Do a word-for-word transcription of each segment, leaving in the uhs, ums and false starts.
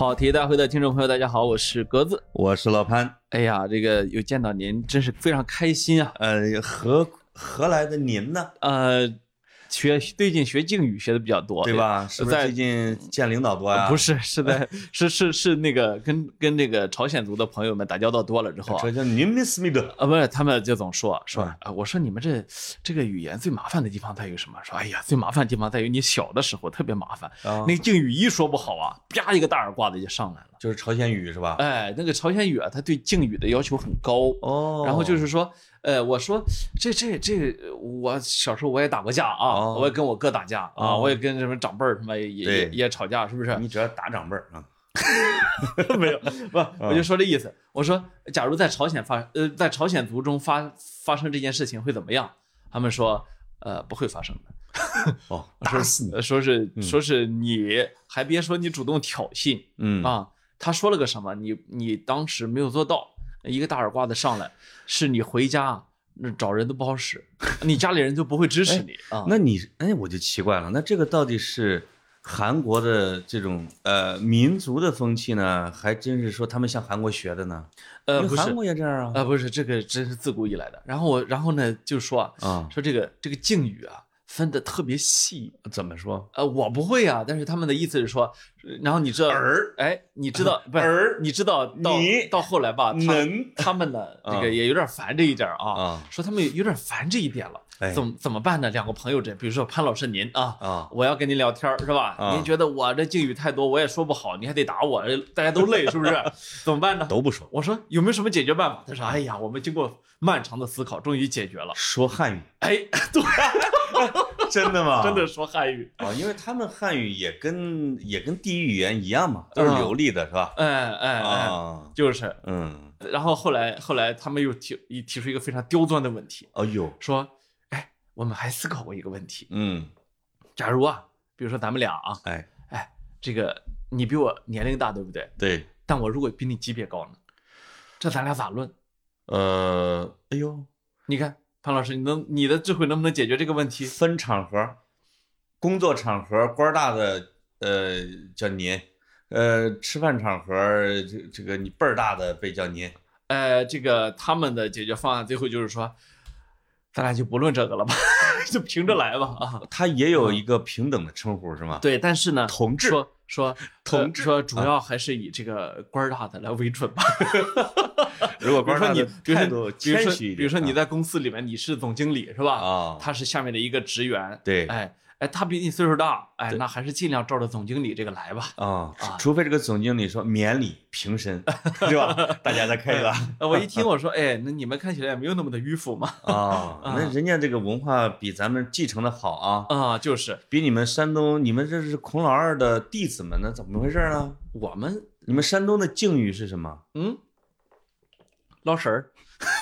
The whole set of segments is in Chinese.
跑题大会的听众朋友，大家好，我是格子， 我是老潘。 哎呀，这个又见到您，真是非常开心啊！ 呃，何何来的您呢？ 呃，学最近学敬语学的比较多， 对吧？是不是最近见领导多呀？ 不是，是在是是是那个跟跟这个朝鲜族的朋友们打交道多了之后啊， 这叫您没思密的啊，不是，他们就总说说嗯啊，我说你们这这个语言最麻烦的地方在于什么？说哎呀，最麻烦的地方在于你小的时候特别麻烦， 啊， 那个敬语一说不好啊，啪一个大耳刮子就上来了。 就是朝鲜语是吧？ 哎，那个朝鲜语啊，它对敬语的要求很高哦， 然后就是说，呃，我说这这这，我小时候我也打过架啊， 哦我也跟我哥打架啊， 哦我也跟什么长辈儿什么也也对也吵架，是不是？ 你只要打长辈儿啊， 没有，不，我就说这意思。我说，假如在朝鲜发，呃，在朝鲜族中发发生这件事情会怎么样？他们说，呃，不会发生的。 哦，打死你！ 呃说是嗯说是你还别说你主动挑衅， 嗯啊，他说了个什么，你你当时没有做到，一个大耳刮子上来，是你回家那找人都不好使，你家里人就不会支持你啊。 那你哎，我就奇怪了，那这个到底是韩国的这种呃民族的风气呢，还真是说他们向韩国学的呢？ 呃，不是因为韩国也这样啊。 呃，不是，这个真是自古以来的。然后我，然后呢，就说啊， 啊， 说这个这个敬语啊，分的特别细。 怎么说？ 呃，我不会啊，但是他们的意思是说，然后你知道， 儿， 哎，你知道，不是儿， 你知道到你到后来吧，他能他们呢，这啊个也有点烦这一点啊， 啊， 说他们有点烦这一点了， 哎怎么怎么办呢？两个朋友这，比如说潘老师您啊， 啊， 我要跟您聊天儿是吧？ 啊您觉得我这敬语太多，我也说不好，你还得打我，大家都累是不是？怎么办呢？ 都不说， 我说有没有什么解决办法？他说：“哎呀，我们经过漫长的思考，终于解决了。 说汉语， 哎，对， 真的吗？ 真的说汉语。 啊，因为他们汉语也跟也跟地域语言一样嘛，都是流利的，是吧？ 哎哎哎， 啊， 就是。 嗯， 然后后来后来他们又提一提出一个非常刁钻的问题， 哦呦， 说：哎，我们还思考过一个问题， 嗯， 假如啊，比如说咱们俩啊， 哎， 哎，这个你比我年龄大，对不对？ 对， 但我如果比你级别高呢，这咱俩咋论？ 呃，哎呦， 你看潘老师，你能你的智慧能不能解决这个问题？ 分场合，工作场合官儿大的呃叫您，呃，吃饭场合这这个你辈儿大的被叫您， 呃，这个他们的解决方案最后就是说，咱俩就不论这个了吧，就凭着来吧啊。 他也有一个平等的称呼是吗？ 对，但是呢， 同志说说同志呃说主要还是以这个官儿大的来为准吧。 如果比如说你， 官儿大的比如态度说比如说谦虚一点， 比如说你在公司里面你是总经理是吧？ 啊， 他是下面的一个职员， 对， 哎哎，他比你岁数大，哎， 对那还是尽量照着总经理这个来吧。 啊啊， 除非这个总经理说免礼平身，对吧？大家再开一个呃我一听我说，哎，那你们看起来也没有那么的迂腐嘛。 啊，那人家这个文化比咱们继承的好啊， 啊，就是比你们山东，你们这是孔老二的弟子们，那怎么回事呢？ 我们你们山东的敬语是什么？ 嗯，老婶儿。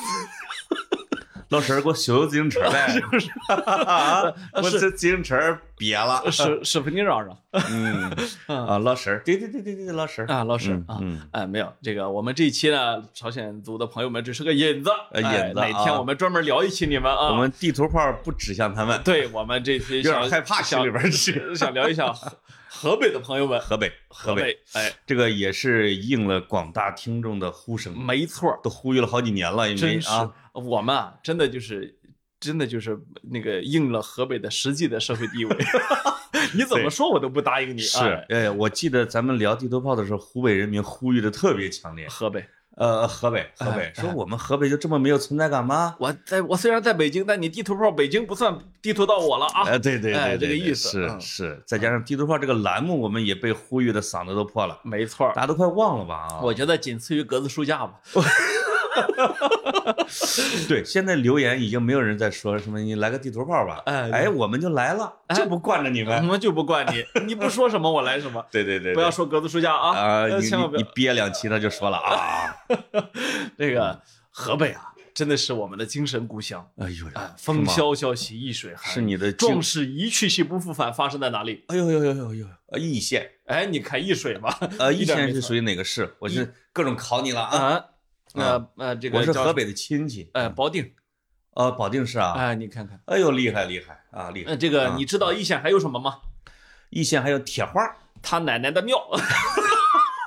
老婶儿，给我修自行车来！啊，我这自行车瘪了。 师师傅你让让嗯啊，老婶儿，对对对对对，老婶儿啊，老师啊， 嗯， 哎，没有这个，我们这一期呢，朝鲜族的朋友们只是个引子， 呃哎引子哪天啊我们专门聊一期你们啊， 我们地图炮不指向他们， 对我们这期有想点害怕，心里边是想聊一下河河北的朋友们， 河北，河北， 北，哎， 这个也是应了广大听众的呼声， 没错， 都呼吁了好几年了，因为真是啊， 我们啊，真的就是真的就是那个应了河北的实际的社会地位，你怎么说我都不答应你， 是， 哎， 哎，我记得咱们聊地图炮的时候，湖北人民呼吁的特别强烈， 河北。 呃，河北，河北，说我们河北就这么没有存在感吗？ 我在我虽然在北京，但你地图炮北京不算地图到我了啊！ 哎，对对哎对， 这个意思是嗯是，再加上地图炮这个栏目，我们也被呼吁的嗓子都破了， 没错大，家都快忘了吧啊！ 我觉得仅次于格子书架吧。 对，现在留言已经没有人在说什么你来个地图炮吧， 哎哎，我们就来了，就不惯着你们。 我们就不惯你，你不说什么我来什么。 对对对， 不要说格子书架啊！ 啊， 呃你你千万不要。 憋两期他就说了啊， 这个河北啊，真的是我们的精神故乡。 哎呦， 哎，风萧萧兮易水寒， 是你的壮士一去兮不复返，发生在哪里？ 哎呦呦呦呦呦，呃，易县， 哎，你看易水吧， 呃， 一点没错易县是属于哪个市？我是各种考你了啊！ 啊，呃呃，这个叫我是河北的亲戚， 呃保定， 呃，保定市啊， 哎，你看看， 哎呦，厉害厉害啊，厉害！ 呃，这个啊你知道易县还有什么吗？ 易县还有铁花， 他奶奶的庙。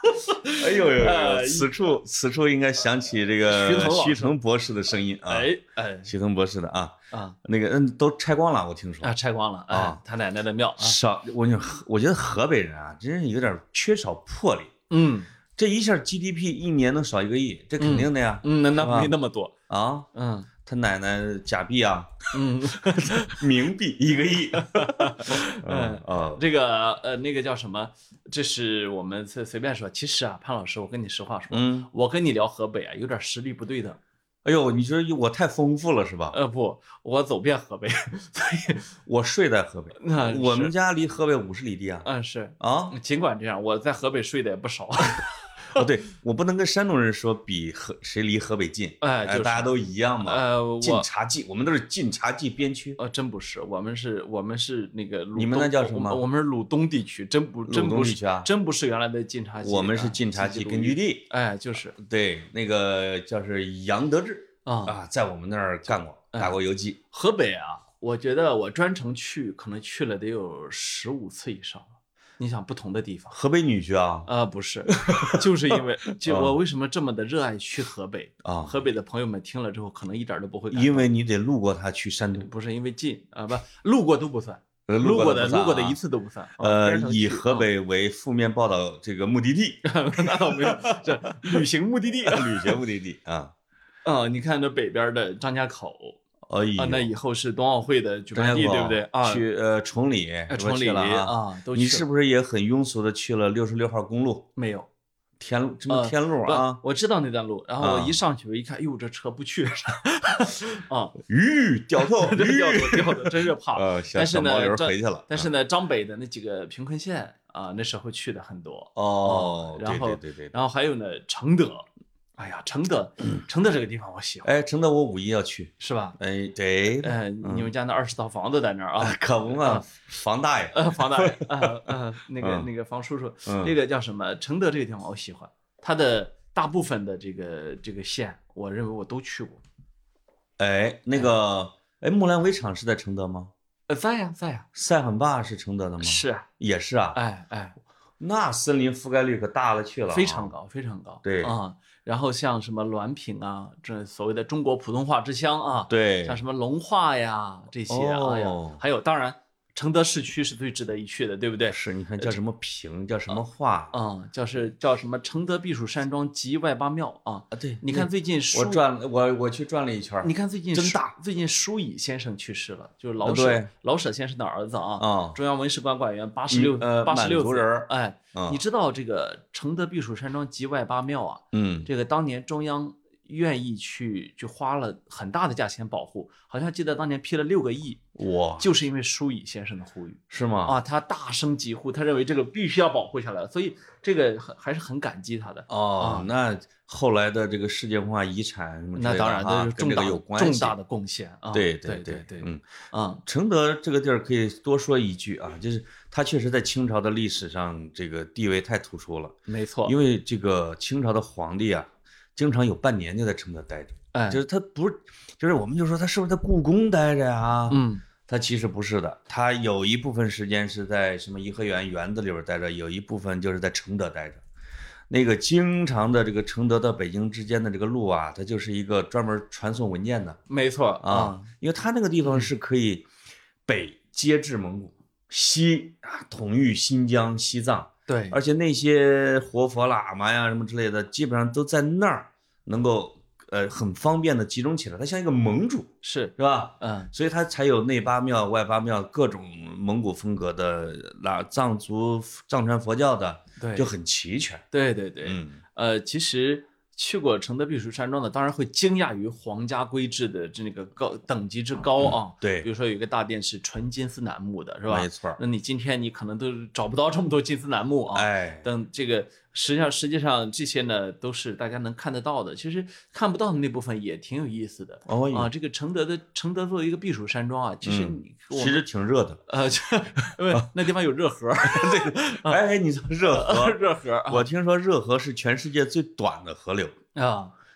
哎呦呦呃呦，此处此处应该想起这个徐腾老师徐腾博士的声音啊， 哎哎徐腾博士的啊， 啊那个嗯都拆光了，我听说啊，拆光了啊啊， 他奶奶的庙啊， 少，我跟你说，我觉得河北人啊，真是有点缺少魄力。 嗯这一下 G D P 一年能少一个亿，这肯定的呀。 嗯，那那是吧没那么多， 啊， 嗯他奶奶假币啊， 嗯冥币一个亿。 嗯啊， 这个呃那个叫什么？这是我们随随便说，其实啊，潘老师，我跟你实话说， 嗯， 我跟你聊河北啊，有点实力不对的。 哎呦，你觉得我太丰富了是吧？ 呃不，我走遍河北，所以我睡在河北， 那我们是家离河北五十里地啊。 嗯是， 啊， 尽管这样，我在河北睡的也不少。 哦，对，我不能跟山东人说比河谁离河北近， 哎就是大家都一样嘛。 呃， 晋我察冀，我们都是晋察冀边区。 呃真不是，我们是，我们是那个鲁你们东那叫什么我们我们是鲁东地区，真不真鲁东不是地区啊真不是原来的晋察冀， 我们是啊晋察冀根据。 冀地。 哎，就是对，那个叫是杨得志啊， 啊，在我们那儿干过， 哎打过游击。 河北啊，我觉得我专程去，可能去了得有十五次以上了。你想不同的地方。 河北女婿啊啊、不是，就是因为就啊我为什么这么的热爱去河北？ 啊， 河北的朋友们听了之后，可能一点都不会感动， 因为你得路过他去山东， 不是因为近啊，不路过都不算， 呃路过的不算啊的路过的一次都不算。啊呃， 边上去以河北为负面报道这个目的地， 啊那倒没有，这旅行目的地。 旅行目的地啊。 啊，你看这北边的张家口哎呦啊，那以后是冬奥会的举办地， 张家口对不对啊？ 去呃崇礼， 呃是不崇礼是去了啊。 啊，都去了你是不是也很庸俗的去了六十六号公路没有？ 天路什么呃天路不啊？ 我知道那段路，然后我啊一上去我一看，哟，这车不去啊， 吁，掉头， 这掉吁， 头掉头，真是怕。 呃，小但是小毛驴呢这回去了。 但是呢，张北的那几个贫困县啊，那时候去的很多。 哦， 然后对对对对。 然后还有呢，承德，哎呀，承德，承德这个地方我喜欢， 哎，承德我五一要去。 是吧？ 哎，对， 呃，你们家那二十套房子在那儿啊？ 可不嘛，房大爷。 呃，房大爷，呃呃，那个嗯那个房叔叔， 嗯这个叫什么？承德这个地方我喜欢，它的大部分的这个这个县，我认为我都去过。 哎，那个，哎，木兰围场是在承德吗？ 呃，在呀，在呀， 塞罕坝是承德的吗？， 是啊， 也是啊。 哎哎， 那森林覆盖率可大了去了啊， 非常高，非常高。 对啊，然后像什么滦平啊，这所谓的中国普通话之乡啊， 对， 像什么龙化呀这些，哎呀哦， 还有当然承德市区是最值得一去的，对不对？ 是，你看叫什么平，叫什么化啊，叫是叫什么承德避暑山庄及外八庙啊。 啊？对， 你看最近我舒， 转了，我我去转了一圈儿你看最近舒真大。 最近舒乙先生去世了，就是老啊对舍老舍先生的儿子啊， 啊， 中央文史馆馆员，八十六呃八十六岁满族人儿哎， 嗯你知道这个承德避暑山庄及外八庙啊？ 嗯， 这个当年中央愿意去，就花了很大的价钱保护，好像记得当年批了六个亿， 哇， 就是因为舒乙先生的呼吁是吗？ 啊，他大声疾呼，他认为这个必须要保护下来，所以这个很还是很感激他的。 哦，那后来的这个世界文化遗产什么之类的那当然啊跟这都是重大个有关系重大的贡献啊！ 对对对对， 嗯， 啊， 承德这个地儿可以多说一句啊，就是它确实在清朝的历史上这个地位太突出了， 没错， 因为这个清朝的皇帝啊，经常有半年就在承德待着， 哎， 就是他不是，就是我们就说他是不是在故宫待着呀？ 嗯， 他其实不是的，他有一部分时间是在什么颐和园园子里边待着，有一部分就是在承德待着。那个经常的这个承德到北京之间的这个路啊，它就是一个专门传送文件的没错啊，因为它那个地方是可以北接至蒙古，西啊统御新疆、西藏， 对， 而且那些活佛喇嘛呀什么之类的，基本上都在那儿能够呃很方便的集中起来，它像一个盟主， 是， 是吧？ 嗯， 所以它才有内八庙、外八庙，各种蒙古风格的啦，藏族、藏传佛教的， 对， 就很齐全。 对对对， 嗯， 呃，其实去过承德避暑山庄的，当然会惊讶于皇家规制的这个高等级之高啊。比对， 如说有一个大殿是纯金丝楠木的，是吧？ 没错。 那你今天你可能都找不到这么多金丝楠木啊。 哎， 等这个实际上实际上这些呢都是大家能看得到的，其实看不到的那部分也挺有意思的。 哦啊，这个承德的承德作为一个避暑山庄啊，其实嗯你我其实挺热的。 呃，就因为那地方有热河， 哎哎，你说热河， 热河啊我听说热河是全世界最短的河流。 啊，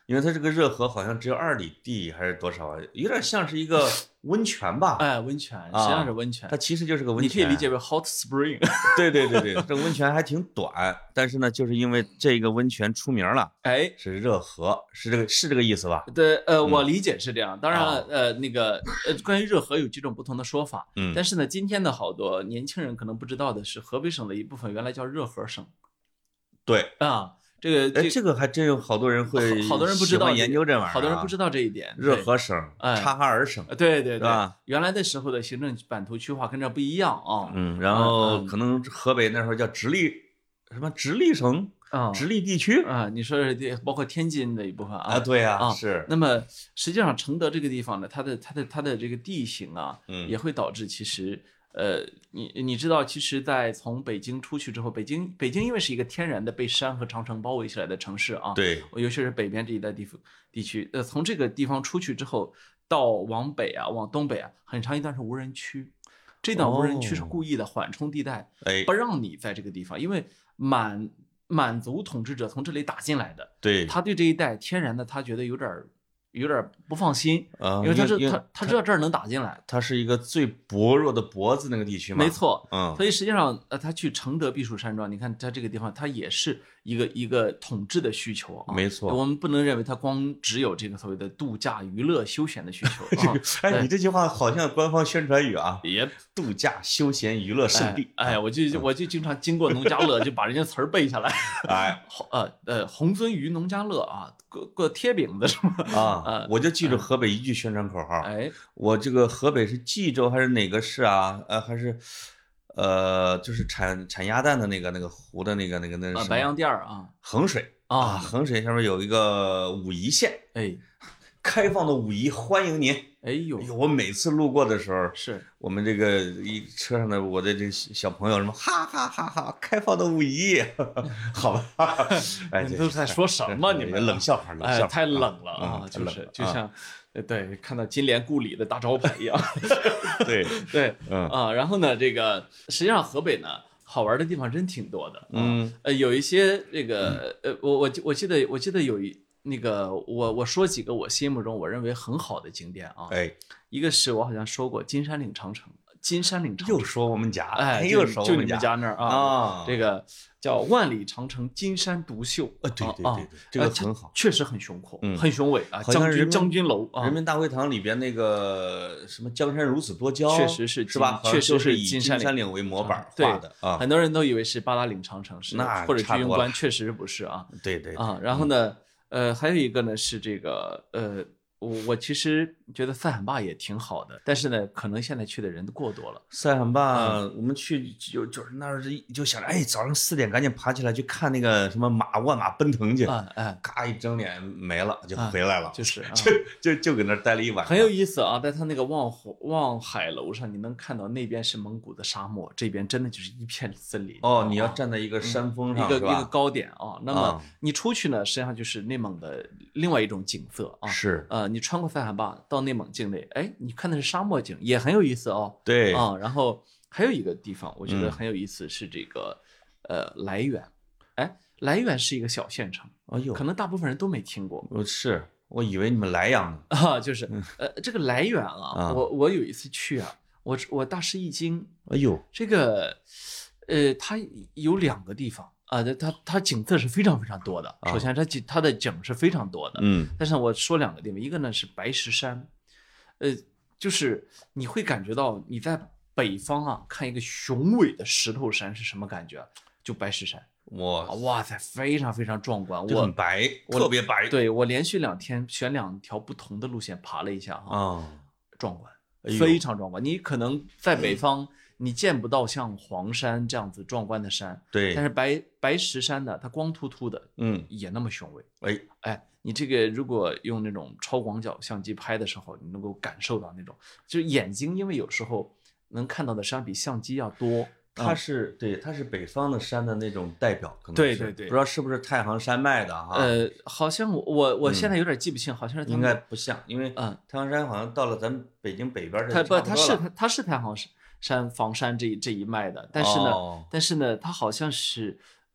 因为它这个热河好像只有二里地还是多少啊，有点像是一个温泉吧？ 哎，温泉实际上是温泉， 它其实就是个温泉， 你可以理解为 hot spring。 对对对对，这个温泉还挺短，但是呢，就是因为这个温泉出名了， 哎， 是热河，是这个是这个意思吧？ 对，呃，我理解是这样。当然了， 哦呃，那个呃，关于热河有几种不同的说法， 嗯， 但是呢，今天的好多年轻人可能不知道的是，河北省的一部分原来叫热河省。 对啊。这个哎，这个还真有好多人会， 好多人不知道研究这玩意儿， 好多人不知道这一点。 热河省、察哈尔省， 对对对，原来的时候的行政版图区划跟这不一样啊。 嗯，然后可能河北那时候叫直隶什么直隶省啊，直隶地区啊，你说是包括天津的一部分啊？ 啊，对呀， 啊是。 那么实际上承德这个地方呢，它的它的它的这个地形啊， 嗯， 也会导致其实。呃，你你知道，其实，在从北京出去之后，北京北京因为是一个天然的被山和长城包围起来的城市啊， 对， 尤其是北边这一带地方地区，呃，从这个地方出去之后，到往北啊，往东北啊，很长一段是无人区，这段无人区是故意的缓冲地带， 哎， 不让你在这个地方，因为满满族统治者从这里打进来的， 对， 他对这一带天然的他觉得有点有点不放心啊， 因为他知他他知道这儿能打进来， 它是一个最薄弱的脖子那个地区嘛， 没错， 嗯， 所以实际上呃，他去承德避暑山庄，你看他这个地方，它也是一个一个统治的需求啊， 没错， 我们不能认为它光只有这个所谓的度假娱乐休闲的需求。 这个，哎，你这句话好像官方宣传语啊， 也度假休闲娱乐胜地， 哎，我就我就经常经过农家乐就把人家词儿背下来， 哎， 呃呃，红鳟鱼农家乐啊，个个贴饼子什么啊，我就记住河北一句宣传口号， 哎， 我这个河北是冀州还是哪个市啊？呃，还是呃，就是产产鸭蛋的那个那个湖的那个那个那是白洋淀啊， 衡水啊，衡水下面有一个武夷县， 哎， 开放的武夷欢迎您。 哎呦， 我每次路过的时候， 是我们这个一车上的我的这小朋友什么哈哈哈哈，开放的武夷，好吧？哎， 你都在说什么？你们冷笑话，冷笑话， 太冷了啊！就是就像对看到金莲故里的大招牌一样。 对对， 嗯啊，然后呢，这个实际上河北呢，好玩的地方真挺多的。 嗯， 呃，有一些这个呃，我我我记得我记得有一。那个我我说几个我心目中我认为很好的景点啊， 哎， 一个是我好像说过金山岭长城，金山岭长城又说我们家， 哎， 又说就你们家那儿啊， 啊， 这个叫万里长城金山独秀， 啊，对对对对，这个很好， 确实很雄阔， 嗯， 很雄伟啊，将军将军楼啊， 人民大会堂里边那个什么江山如此多娇， 确实是是吧？ 确实是以金山岭为模板画的啊， 很多人都以为是八达岭长城是， 那或者居庸关，确实不是啊， 对对啊，然后呢？呃，还有一个呢是这个，呃，我我其实觉得塞罕坝也挺好的，但是呢，可能现在去的人过多了。 塞罕坝，我们去就就是那儿就想着，哎，早上四点赶紧爬起来去看那个什么马万马奔腾去， 啊哎， 嘎一睁脸没了，就回来了， 就是就就就搁那儿待了一晚上， 很有意思啊。在他那个望望海楼上，你能看到那边是蒙古的沙漠，这边真的就是一片森林。 哦，你要站在一个山峰上， 一个一个高点啊。那么你出去呢，实际上就是内蒙的另外一种景色啊。 是， 呃，你穿过塞罕坝到内蒙境内，哎，你看的是沙漠景，也很有意思哦。 对啊，然后还有一个地方，我觉得很有意思，是这个呃涞源。哎，涞源是一个小县城， 哎呦， 可能大部分人都没听过。 我是，我以为你们莱阳呢。 啊，就是呃这个涞源啊，我我有一次去啊，我我大吃一惊。 哎呦， 这个呃，它有两个地方。啊，它它景色是非常非常多的。首先，它景它的景是非常多的。 嗯， 但是我说两个地方，一个呢是白石山，呃，就是你会感觉到你在北方啊看一个雄伟的石头山是什么感觉？就白石山， 哇哇塞，非常非常壮观， 我很白，特别白。 对，我连续两天选两条不同的路线爬了一下哈， 啊， 壮观，非常壮观。你可能在北方。你见不到像黄山这样子壮观的山， 对， 但是白白石山呢，它光秃秃的， 嗯， 也那么雄伟。 哎哎，你这个如果用那种超广角相机拍的时候，你能够感受到那种，就是眼睛，因为有时候能看到的山比相机要多。 它是、嗯、对，它是北方的山的那种代表，可能对对对， 不知道是不是太行山脉的哈？ 呃，好像我我我现在有点记不清，嗯、好像是应该不像，因为嗯， 太行山好像到了咱北京北边的， 它不，它是它它是太行山。山房山这这一脉的，但是呢， 哦、 但是呢，它好像是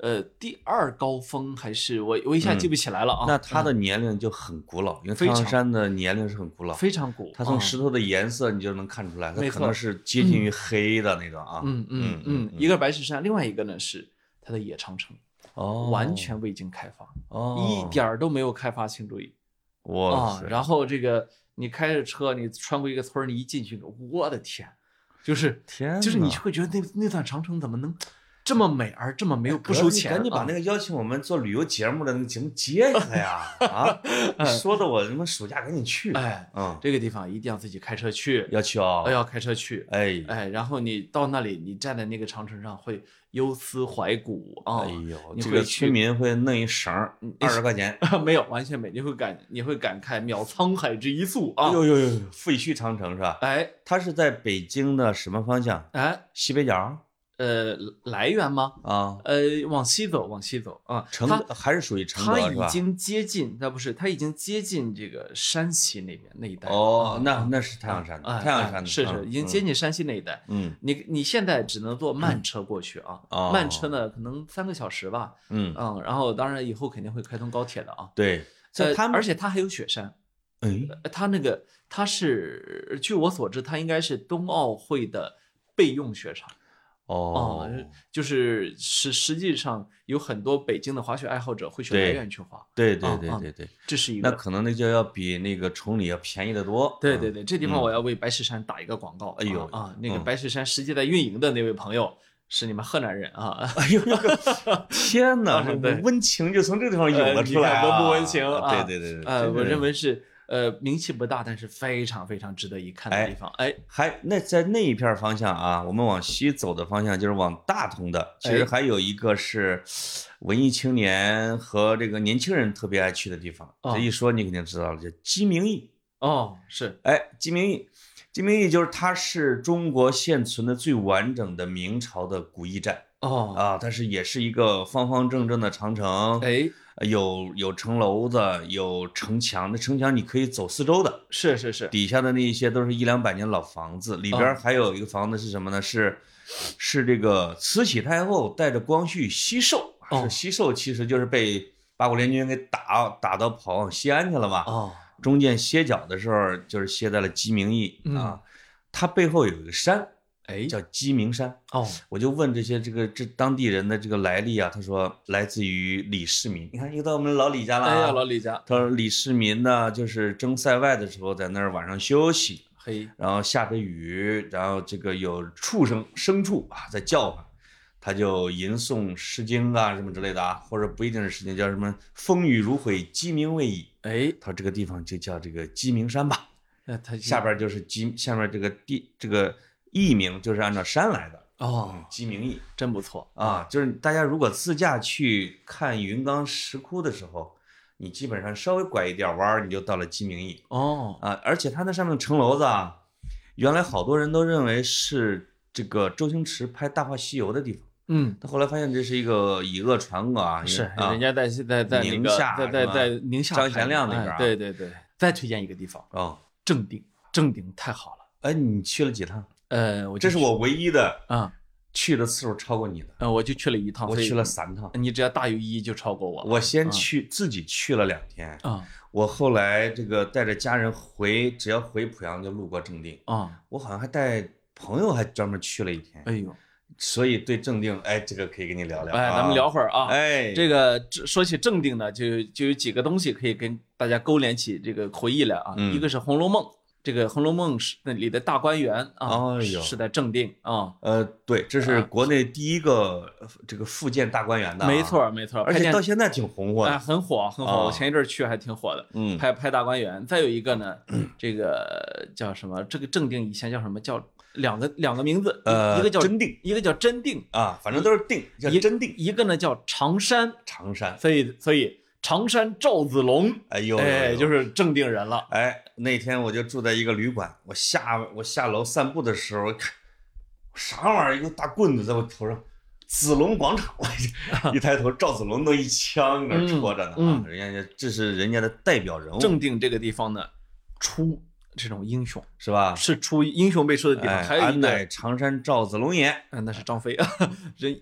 呃，第二高峰还是我我一下记不起来了啊。 那它的年龄就很古老，因为太阳山的年龄是很古老， 非常古。 它从石头的颜色你就能看出来，它没错可能是接近于黑的那种啊。 嗯嗯嗯，一个白石山，另外一个呢是它的野长城， 哦， 完全未经开发， 哦， 一点儿都没有开发，请注意。 哇啊，然后这个你开着车，你穿过一个村儿，你一进去，我的天，就是天， 就是你会觉得那那段长城怎么能这么美而这么没有不收钱？ 赶紧把那个邀请我们做旅游节目的那个节目接下来呀！啊，说的我他妈暑假赶紧去。 哎， 嗯， 这个地方一定要自己开车去， 要去哦， 要开车去。 哎哎，然后你到那里，你站在那个长城上会忧思怀古啊。 哎呦， 你这个村民会弄一绳二十块钱， 没有，完全没，你会感你会感慨渺沧海之一粟啊！ 呦呦呦，废墟长城是吧？ 哎， 它是在北京的什么方向？ 哎， 西北角。 呃，来源吗？ 啊， 呃，往西走，往西走啊。 承德还是属于承德它是吧？ 已经接近，那不是，它已经接近这个山西那边那一带。 哦， 啊那那是太阳山的，太阳山的是是，已经接近山西那一带。 嗯， 你你现在只能坐慢车过去啊，慢车呢可能三个小时吧。 嗯嗯，然后当然以后肯定会开通高铁的啊。 对，在他们， 而且它还有雪山。 哎， 它那个它是，据我所知，它应该是冬奥会的备用雪场。 哦， 就是实实际上有很多北京的滑雪爱好者会去来源去滑。 对对对对对， 这是一个。 那可能那就要比那个崇礼要便宜得多。 对对对，这地方我要为白石山打一个广告。 哎呦啊，那个白石山实际在运营的那位朋友是你们河南人啊。 哎呦，天哪，这温情就从这个地方涌了出来。 温不温情啊？ 对对对对， 呃，我认为是。呃，名气不大，但是非常非常值得一看的地方。哎， 还那在那一片方向啊，我们往西走的方向就是往大同的。其实还有一个是文艺青年和这个年轻人特别爱去的地方。这一说你肯定知道了，叫鸡鸣驿。 哦，是， 哎，鸡鸣驿，鸡鸣驿就是它是中国现存的最完整的明朝的古驿站。 哦啊，它是也是一个方方正正的长城， 哎， 有有城楼子，有城墙，那城墙你可以走四周的， 是是是， 底下的那一些都是一两百年老房子，里边还有一个房子是什么呢？是是这个慈禧太后带着光绪西狩，是西狩，其实就是被八国联军给打打到跑往西安去了嘛。 哦， 中间歇脚的时候就是歇在了鸡鸣驿啊，它背后有一个山。 哎， 叫鸡鸣山哦， 我就问这些这个这当地人的这个来历啊，他说来自于李世民。你看又到我们老李家了， 哎呀，老李家。 他说李世民呢，就是征塞外的时候在那儿晚上休息， 嘿， 然后下着雨，然后这个有畜生牲畜啊在叫唤，他就吟诵诗经啊什么之类的啊，或者不一定是诗经，叫什么风雨如晦，鸡鸣未已。 哎， 他说这个地方就叫这个鸡鸣山吧。 那他下边就是鸡，下面这个地这个。艺名就是按照山来的哦， 鸡鸣驿真不错啊！就是大家如果自驾去看云冈石窟的时候，你基本上稍微拐一点弯，你就到了鸡鸣驿哦啊！而且它那上面城楼子啊，原来好多人都认为是这个周星驰拍《大话西游》的地方， 嗯， 他后来发现这是一个以讹传讹啊， 是人家在在在宁夏， 在在在宁夏张贤亮那边， 对对对。再推荐一个地方哦， 正定，正定太好了。 哎，你去了几趟？ 呃，我这是我唯一的啊， 去的次数超过你的。 呃，我就去了一趟， 我去了三趟。 你只要大于一就超过我。 我先去自己去了两天啊， 我后来这个带着家人回，只要回濮阳就路过正定啊。 我好像还带朋友还专门去了一天。 哎呦， 所以对正定，哎，这个可以跟你聊聊。 哎，咱们聊会儿啊。 哎， 这个说起正定呢，就就有几个东西可以跟大家勾连起这个回忆来啊。一个是《红楼梦》。这个《红楼梦》是那里的大观园啊， 哎呦， 是在正定啊。 呃，对，这是国内第一个这个复建大观园的， 没错没错， 而且到现在挺红火的， 很火很火。我前一阵去还挺火的， 嗯， 拍拍大观园。再有一个呢，这个叫什么？这个正定以前叫什么？叫两个两个名字， 呃， 一个叫真定， 一个叫真定啊，反正都是定，叫真定。 一个呢叫常山， 常山。 所以所以。常山赵子龙， 哎呦， 哎，就是正定人了。 哎，那天我就住在一个旅馆，我下我下楼散步的时候，看啥玩意儿，一个大棍子在我头上，子龙广场，我一抬头，赵子龙都一枪那戳着呢， 嗯， 人家这是人家的代表人物。 正定这个地方呢，出这种英雄是吧？ 是出英雄辈出的地方。 哎、 还有一个俺乃常山赵子龙也， 嗯，那是张飞人。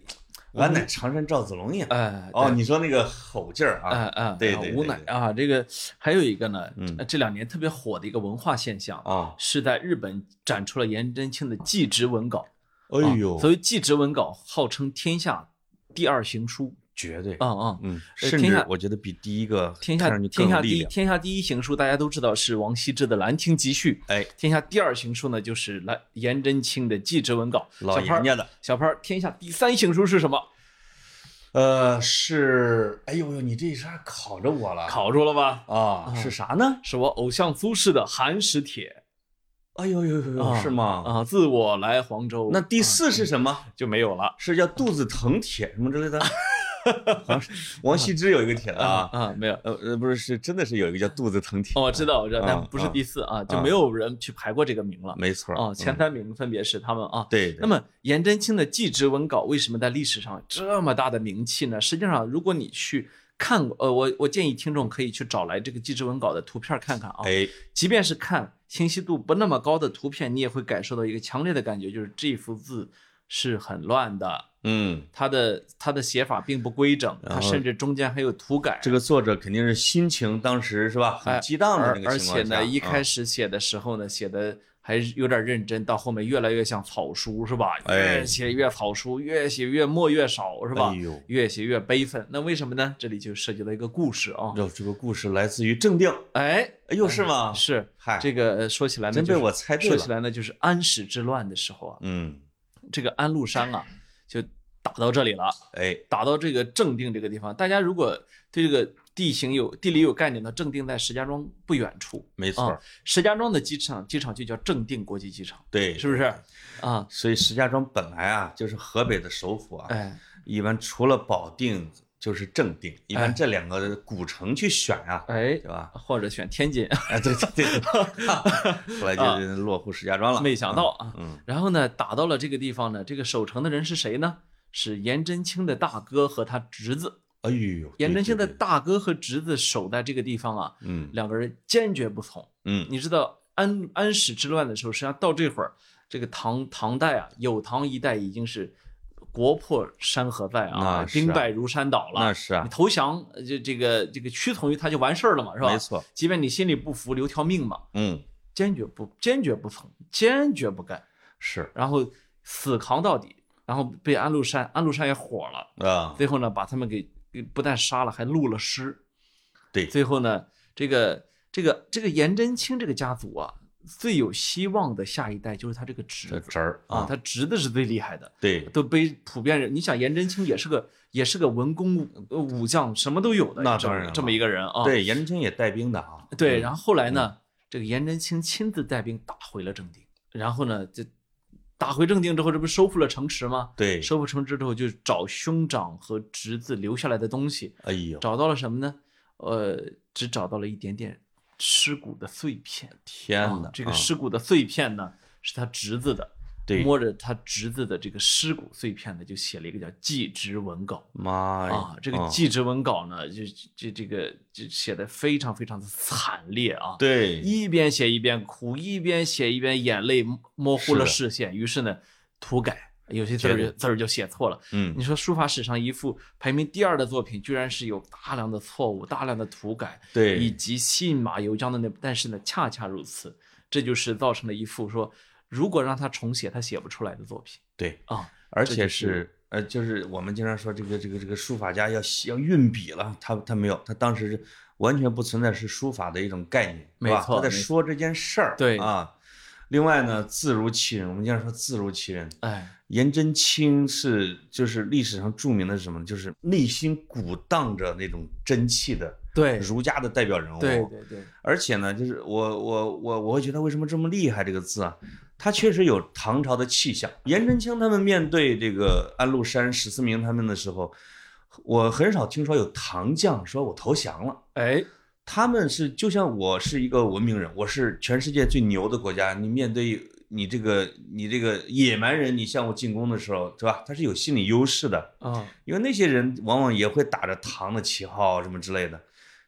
俺乃常山赵子龙呀。 哎， 哦，你说那个吼劲儿啊， 哎哎， 对对对无乃啊，这个还有一个呢，这两年特别火的一个文化现象啊， 是在日本展出了颜真卿的祭侄文稿。 哎呦， 所谓祭侄文稿，号称天下第二行书。 绝对， 嗯嗯嗯，甚至我觉得比第一个天下天下第一天下第一行书，大家都知道是王羲之的《兰亭集序》。 哎， 天下第二行书呢，就是来颜真卿的祭侄文稿。 老严家的小潘，天下第三行书是什么？ 呃，是，哎呦呦，你这一下考着我了， 考住了吧？ 啊，是啥呢？ 是我偶像苏轼的《寒食帖》。 哎呦呦呦呦，是吗？ 啊，自我来黄州。 那第四是什么？ 就没有了， 是叫肚子疼帖什么之类的。好像王羲之有一个帖子啊啊，没有， 呃呃，不是，是真的是有一个叫肚子疼帖。 哦，我知道，我知道，但不是第四啊，就没有人去排过这个名了。 没错啊，前三名分别是他们啊。 对。 那么颜真卿的祭侄文稿为什么在历史上这么大的名气呢？实际上，如果你去看过，呃，我我建议听众可以去找来这个祭侄文稿的图片看看啊。 哎， 即便是看清晰度不那么高的图片，你也会感受到一个强烈的感觉，就是这幅字是很乱的。 嗯， 他的他的写法并不规整，他甚至中间还有涂改。 这个作者肯定是心情当时是吧，很激荡的那个情况下。 而且呢，一开始写的时候呢，写的还有点认真，到后面越来越像草书，是吧？越写越草书，越写越墨越少，是吧？ 哎呦， 越写越悲愤。那为什么呢？这里就涉及到一个故事啊。 哟，这个故事来自于正定。 哎， 哎呦，是吗？ 是。 嗨， 这个说起来呢， 真被我猜对了。 说起来呢，就是安史之乱的时候啊， 嗯， 这个安禄山啊，就打到这里了， 哎， 打到这个正定这个地方。大家如果对这个地形有地理有概念的，正定在石家庄不远处， 没错。 啊、石家庄的机场，机场就叫正定国际机场， 对， 是不是？啊， 所以石家庄本来啊就是河北的首府啊， 哎， 一般除了保定就是正定，一般这两个古城去选啊， 哎， 对吧？ 或者选天津， 哎，对对对对，后来就落户石家庄了。 没想到啊， 嗯， 然后呢，打到了这个地方呢，这个守城的人是谁呢？是颜真卿的大哥和他侄子。 哎呦， 颜真卿的大哥和侄子守在这个地方啊， 嗯， 两个人坚决不从。 嗯， 你知道安安史之乱的时候，实际上到这会儿，这个唐唐代啊，有唐一代已经是国破山河在啊，兵败如山倒了。 那是啊， 你投降就这个这个屈从于他就完事儿了嘛，是吧？ 没错， 即便你心里不服，留条命嘛。 嗯， 坚决不坚决不从，坚决不干， 是， 然后死扛到底。然后被安禄山，安禄山也火了啊， 最后呢，把他们给不但杀了，还录了诗。 对， 最后呢，这个这个这个颜真卿这个家族啊，最有希望的下一代就是他这个侄子侄儿啊，他侄子是最厉害的， 对， 都被普遍人。你想，颜真卿也是个也是个文工武将，什么都有的， 那当然这么一个人啊。 对，颜真卿也带兵的啊。 对，然后后来呢，这个颜真卿亲自带兵打回了正定，然后呢，这。打回正定之后，这不是收复了城池吗？ 对， 收复城池之后，就找兄长和侄子留下来的东西。 哎呦， 找到了什么呢？呃，只找到了一点点尸骨的碎片。 天哪！ 啊、这个尸骨的碎片呢，是他侄子的。 对， 摸着他侄子的这个尸骨碎片呢，就写了一个叫《祭侄文稿》。 妈呀！ 啊，这个《祭侄文稿》呢，就就这个就写的非常非常的惨烈啊。 对， 一边写一边哭，一边写一边眼泪模糊了视线。于是呢，涂改，有些字儿字儿就写错了。 嗯， 你说书法史上一幅排名第二的作品，居然是有大量的错误、大量的涂改， 对， 以及信马由缰的那，但是呢，恰恰如此，这就是造成了一幅说。如果让他重写，他写不出来的作品。 对啊， 而且是呃，就是我们经常说这个这个这个书法家要要运笔了，他他没有，他当时完全不存在是书法的一种概念， 没错， 他在说这件事儿。 对啊，另外呢，字如其人，我们经常说字如其人。 哎， 颜真卿是就是历史上著名的是什么？就是内心鼓荡着那种真气的。 对， 儒家的代表人物。 对对对， 而且呢，就是我我我我会觉得为什么这么厉害这个字啊？它确实有唐朝的气象。颜真卿他们面对这个安禄山、史思明他们的时候，我很少听说有唐将说我投降了。 哎， 他们是就像我是一个文明人，我是全世界最牛的国家，你面对你这个你这个野蛮人，你向我进攻的时候，是吧？他是有心理优势的啊， 因为那些人往往也会打着唐的旗号什么之类的。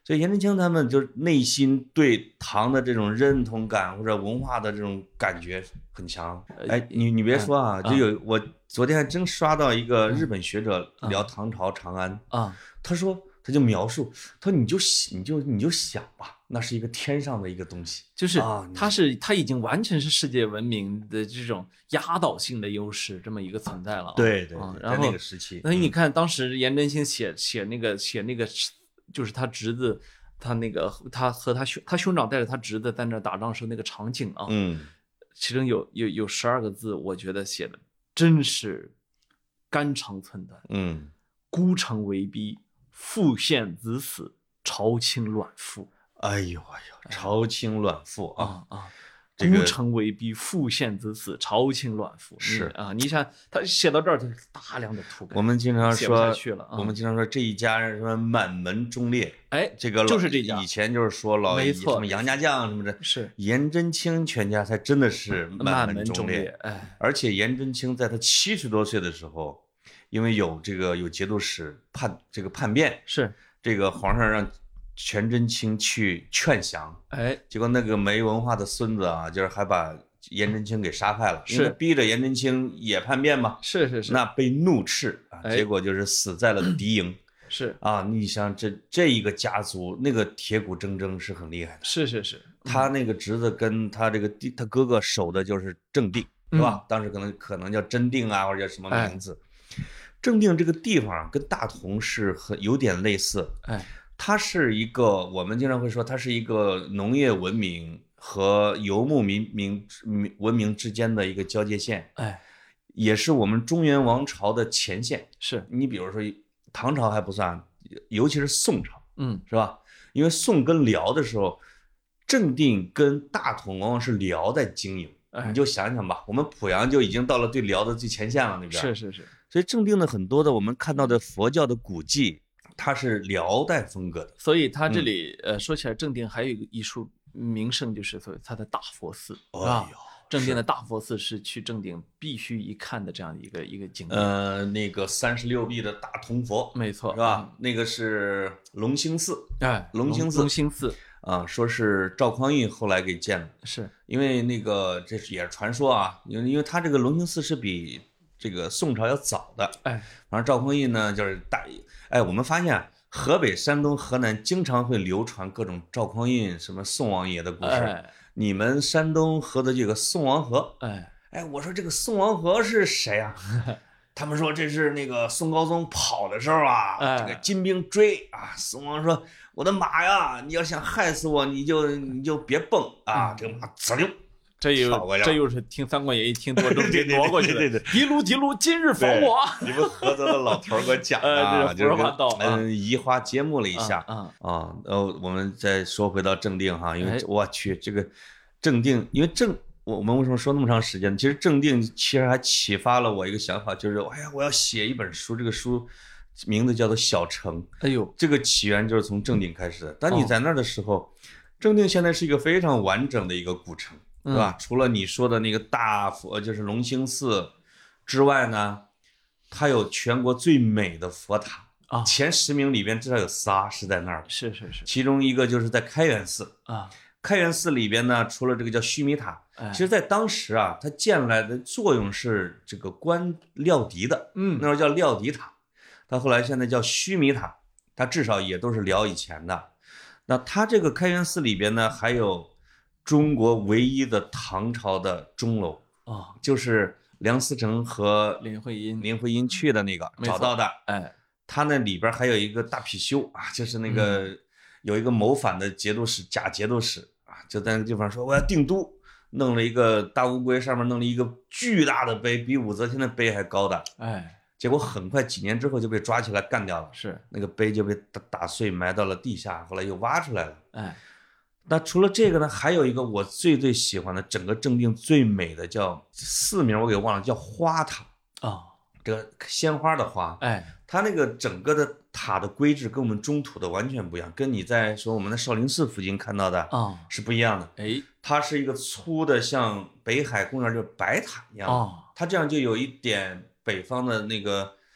所以颜真卿他们就是内心对唐的这种认同感或者文化的这种感觉很强。哎，你你别说啊，就有我昨天还真刷到一个日本学者聊唐朝长安啊，他说他就描述，他说你就你就你就想吧，那是一个天上的一个东西， 就是它是它已经完全是世界文明的这种压倒性的优势这么一个存在了啊。 对对， 然后那个时期， 那你看当时颜真卿写写那个写那个。就是他侄子，他那个他和他兄他兄长带着他侄子在那打仗时候那个场景啊， 嗯， 其中有有有十二个字，我觉得写的真是肝肠寸断。 嗯， 孤城为逼，父献子死，朝清卵覆。 哎呦哎呦，朝清卵覆啊啊！孤城为逼，父献子死，朝清卵覆。 是啊，你想他写到这儿，就是大量的涂改。 我们经常说， 了我们经常说这一家人什么满门忠烈， 哎， 这个就是这家。 以前就是说老没错， 什么杨家将什么的， 是颜真卿全家才真的是满门忠烈。 哎， 而且颜真卿在他七十多岁的时候，因为有这个有节度使叛这个叛变， 是这个皇上让全真卿去劝降， 哎， 结果那个没文化的孙子啊，就是还把颜真卿给杀害了， 是逼着颜真卿也叛变嘛， 是是是， 那被怒斥啊， 哎、 结果就是死在了敌营， 是啊，你想这这一个家族那个铁骨铮铮是很厉害的， 是是是， 嗯、他那个侄子跟他这个弟他哥哥守的就是正定，是吧？嗯、当时可能可能叫真定啊，或者叫什么名字，哎、正定这个地方跟大同是很有点类似， 哎。 它是一个，我们经常会说，它是一个农业文明和游牧民民文明之间的一个交界线， 哎， 也是我们中原王朝的前线。 是你比如说唐朝还不算，尤其是宋朝， 嗯， 是吧？因为宋跟辽的时候，正定跟大同往往是辽在经营， 哎、 你就想想吧，我们濮阳就已经到了对辽的最前线了，那边是是是， 所以正定的很多的我们看到的佛教的古迹。它是辽代风格的， 所以它这里、嗯、呃说起来，正定还有一个艺术名胜，就是所谓它的大佛寺、 哦、 啊。正定的大佛寺是去正定必须一看的这样一个一个景点。 呃，那个三十六臂的大铜佛， 没错， 是吧？嗯、那个是隆兴寺， 哎， 隆兴寺， 隆兴寺啊，说是赵匡胤后来给建的， 是因为那个这也是传说啊，因为因为他这个隆兴寺是比这个宋朝要早的， 哎， 反正赵匡胤呢就是大。哎，我们发现河北、山东、河南经常会流传各种赵匡胤、什么宋王爷的故事。 哎、 你们山东河的这个宋王河， 哎哎，我说这个宋王河是谁啊？他们说这是那个宋高宗跑的时候啊， 哎、 这个金兵追啊，宋王说：“我的马呀，你要想害死我，你就你就别蹦啊！”嗯、这个马呲溜。 这又这又是听《三国演义》听多中给挪过去的。一路一路，今日防我。 你们菏泽的老头给我讲啊，就是嗯移花接木了一下啊啊。呃，我们再说回到正定哈，因为我去这个正定，因为正我们为什么说那么长时间？其实正定其实还启发了我一个想法，就是哎呀，我要写一本书，这个书名字叫做《小城》。 哎呦， 这个起源就是从正定开始的。当你在那儿的时候，正定现在是一个非常完整的一个古城。对吧？除了你说的那个大佛，就是隆兴寺之外呢，它有全国最美的佛塔啊， 前十名里边至少有仨是在那儿的。 是是是， 其中一个就是在开元寺啊。 开元寺里边呢，除了这个叫须弥塔， 哎、 其实在当时啊，它建来的作用是这个观料敌的， 嗯， 那时候叫料敌塔，它后来现在叫须弥塔，它至少也都是辽以前的。那它这个开元寺里边呢，还有中国唯一的唐朝的钟楼啊、哦， 就是梁思成和林徽因林徽因去的那个找到的。 哎， 他那里边还有一个大貔貅啊，就是那个、嗯、有一个谋反的节度使，假节度使啊，就在那个地方说我要定都，弄了一个大乌龟，上面弄了一个巨大的碑，比武则天的碑还高的。 哎， 结果很快几年之后就被抓起来干掉了， 是那个碑就被打打碎，埋到了地下，后来又挖出来了。 哎。 那除了这个呢，还有一个我最最喜欢的，整个正定最美的叫寺名，我给忘了，叫花塔啊、哦， 这个鲜花的花， 哎， 它那个整个的塔的规制跟我们中土的完全不一样，跟你在说我们的少林寺附近看到的啊是不一样的。 哎， 它是一个粗的，像北海公园就是白塔一样， 哦， 它这样就有一点北方的那个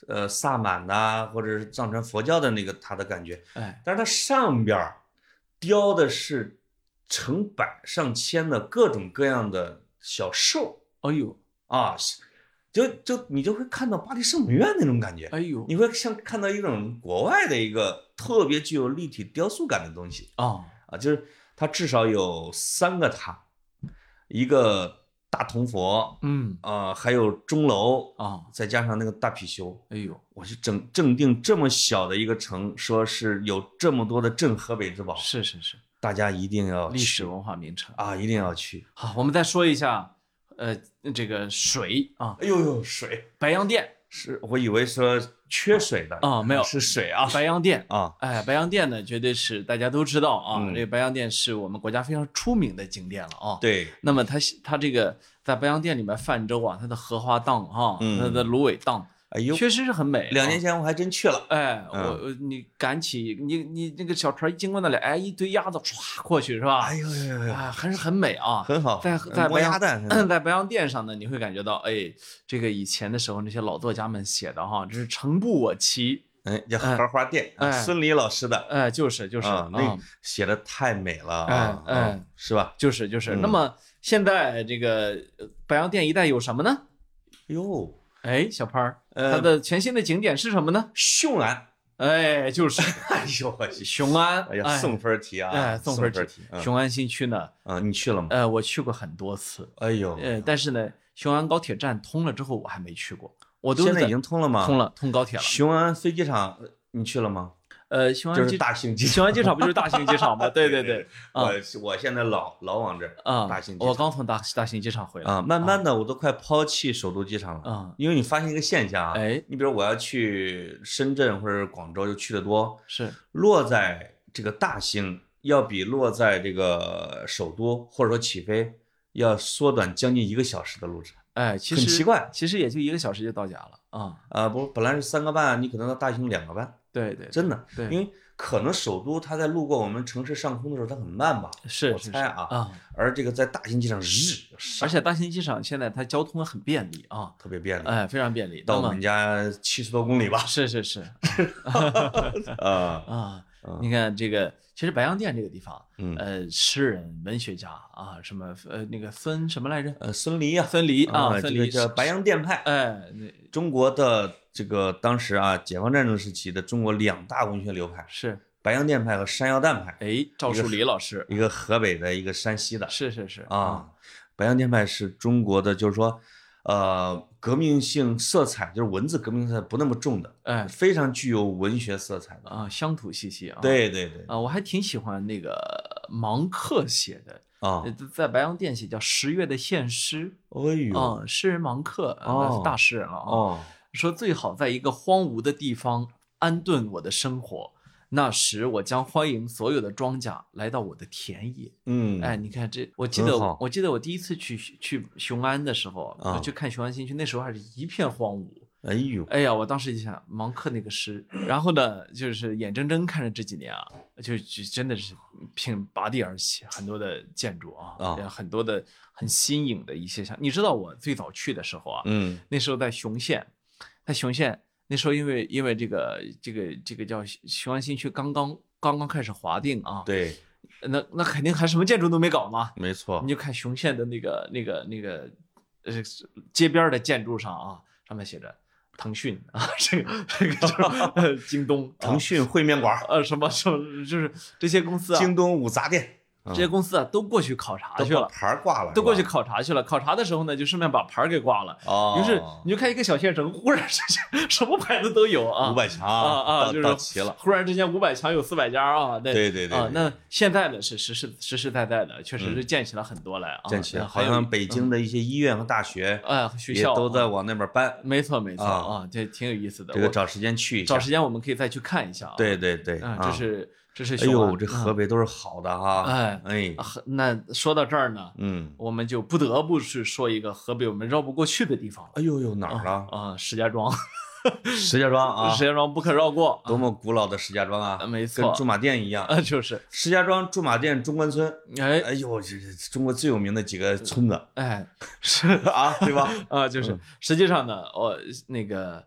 呃萨满呐、或者是藏传佛教的那个它的感觉， 哎， 但是它上边儿雕的是成百上千的各种各样的小兽哎呦， 啊，就就你就会看到巴黎圣母院那种感觉， 哎呦， 你会像看到一种国外的一个特别具有立体雕塑感的东西啊， 啊，就是它至少有三个塔，一个大铜佛， 嗯啊、还有钟楼， 啊， 再加上那个大貔貅， 哎呦， 我去整正定这么小的一个城，说是有这么多的镇河北之宝， 是是是， 大家一定要历史去文化名城。 啊，一定要去。 好，我们再说一下，呃，这个水啊， 哎呦呦，水白洋淀是我以为说缺水的啊，没有， 是水啊白洋淀啊， 哎，白洋淀呢，绝对是大家都知道啊， 嗯这个白洋淀是我们国家非常出名的景点了啊。 对， 那么它它这个在白洋淀里面泛舟啊，它的荷花荡哈， 嗯它的芦苇荡， 哎呦， 确实是很美。 两年啊前我还真去了， 哎， 嗯我我你赶起你你那个小船一经过那里，哎，一堆鸭子唰过去是吧？ 哎呦呦呦呦， 啊，还是很美啊。 很好， 在在磨白洋鸭蛋， 在白洋淀上呢，你会感觉到，哎，这个以前的时候那些老作家们写的哈，这是诚不我欺。 哎，叫荷花店， 哎孙俪老师的， 哎，就是就是啊，那啊， 写的太美了哎啊， 哎啊是吧？ 就是就是。 嗯那么现在这个呃白洋淀一带有什么呢？ 哟， 哎，小潘儿， 呃它的全新的景点是什么呢？ 雄安， 哎，就是哎呦我去， 雄安。 哎呀，送分题啊， 哎，送分分题。 嗯雄安新区呢， 啊，你去了吗？ 呃，我去过很多次， 哎呦， 呃，但是呢，雄安高铁站通了之后，我还没去过，我都是在现在已经通了吗？ 通了，通高铁了。 雄安飞机场呃你去了吗？ 呃，雄就是安机大兴机场， 雄安机场不就是大兴机场吗？对对对，啊我我现在老老往这儿啊， 大兴机场我刚从大大兴机场回来啊，慢慢的我都快抛弃首都机场了啊， 因为你发现一个现象啊， 哎， 你比如我要去深圳或者广州，就去的多， 是落在这个大兴要比落在这个首都或者说起飞要缩短将近一个小时的路程， 哎，其实很奇怪其实也就一个小时就到家了啊。 啊，不，本来是三个半，你可能到大兴两个半， 对对， 真的， 对因为可能首都它在路过我们城市上空的时候它很慢吧，我是是是猜啊， 啊， 而这个在大兴机场日就上而且大兴机场现在它交通很便利啊， 特别便利， 哎，非常便利。 到我那么们家七十多公里吧， 是是是啊， 啊嗯， 你看这个，其实白洋淀这个地方， 嗯呃，诗人、文学家啊，什么呃那个孙什么来着？ 呃，孙犁啊， 孙犁啊， 这孙犁个叫白洋淀派， 哎，那中国的这个当时啊，解放战争时期的中国两大文学流派， 是白洋淀派和山药蛋派， 哎，赵树理老师， 一个河北的，一个山西的是是是啊。白洋淀派是中国的，就是说，呃，革命性色彩，就是文字革命色彩不那么重的， 哎非常具有文学色彩的。 啊，乡土气息啊， 对对对， 啊，我还挺喜欢那个芒克写的， 啊， 呃在白洋淀写叫《十月的献诗》 哎呦， 啊，诗人芒克，呃哦那是大诗人了啊， 哦， 说最好在一个荒芜的地方安顿我的生活。那时我将欢迎所有的庄稼来到我的田野。 嗯， 哎，你看这，我记得很好我记得我第一次去去雄安的时候， 啊我去看雄安新区，那时候还是一片荒芜。 哎呦， 哎呀，我当时就想芒克那个诗，然后呢，就是眼睁睁看着这几年啊，就就真的是凭拔地而起，很多的建筑啊， 啊很多的很新颖的一些像，你知道我最早去的时候啊， 嗯那时候在雄县，在雄县那时候因为因为这个这个这个叫雄安新区刚刚刚刚开始划定啊， 对， 那那肯定还什么建筑都没搞嘛， 没错你，就看雄县的那个那个那个呃街边的建筑上啊，上面写着腾讯啊，这个这个就是呃京东、啊、 腾讯烩面馆， 呃什么什么就是这些公司啊， 京东五杂店， 这些公司啊都过去考察都把去了。 牌儿挂了， 都过去是吧考察去了，考察的时候呢，就顺便把牌儿给挂了。 哦， 于是你就看一个小县城，忽然之间什么牌子都有啊， 五百强啊啊， 到就是到齐了， 忽然之间五百强有四百家啊，对对对对对， 啊那现在呢是实实实实在在的，确实是建起了很多来啊， 建起来，好还有像北京的一些医院和大学哎学校也都在啊往那边搬， 没错没错啊啊，这挺有意思的。我这个找时间去一下找，时间我们可以再去看一下啊。 对对对， 啊， 啊这是这是哎雄安呦，这河北都是好的哈， 哎哎， 啊那说到这儿呢， 嗯， 我们就不得不是说一个河北我们绕不过去的地方了。 哎呦呦，哪儿了？ 啊，石家庄， 石家庄啊石，家庄不可绕过， 多么古老的石家庄啊啊，没错跟驻马店一样。 啊，就是， 石家庄、驻马店、中关村， 哎哎呦，这是中国最有名的几个村子哎，是啊，对吧？ 啊，就是嗯实际上呢，我那个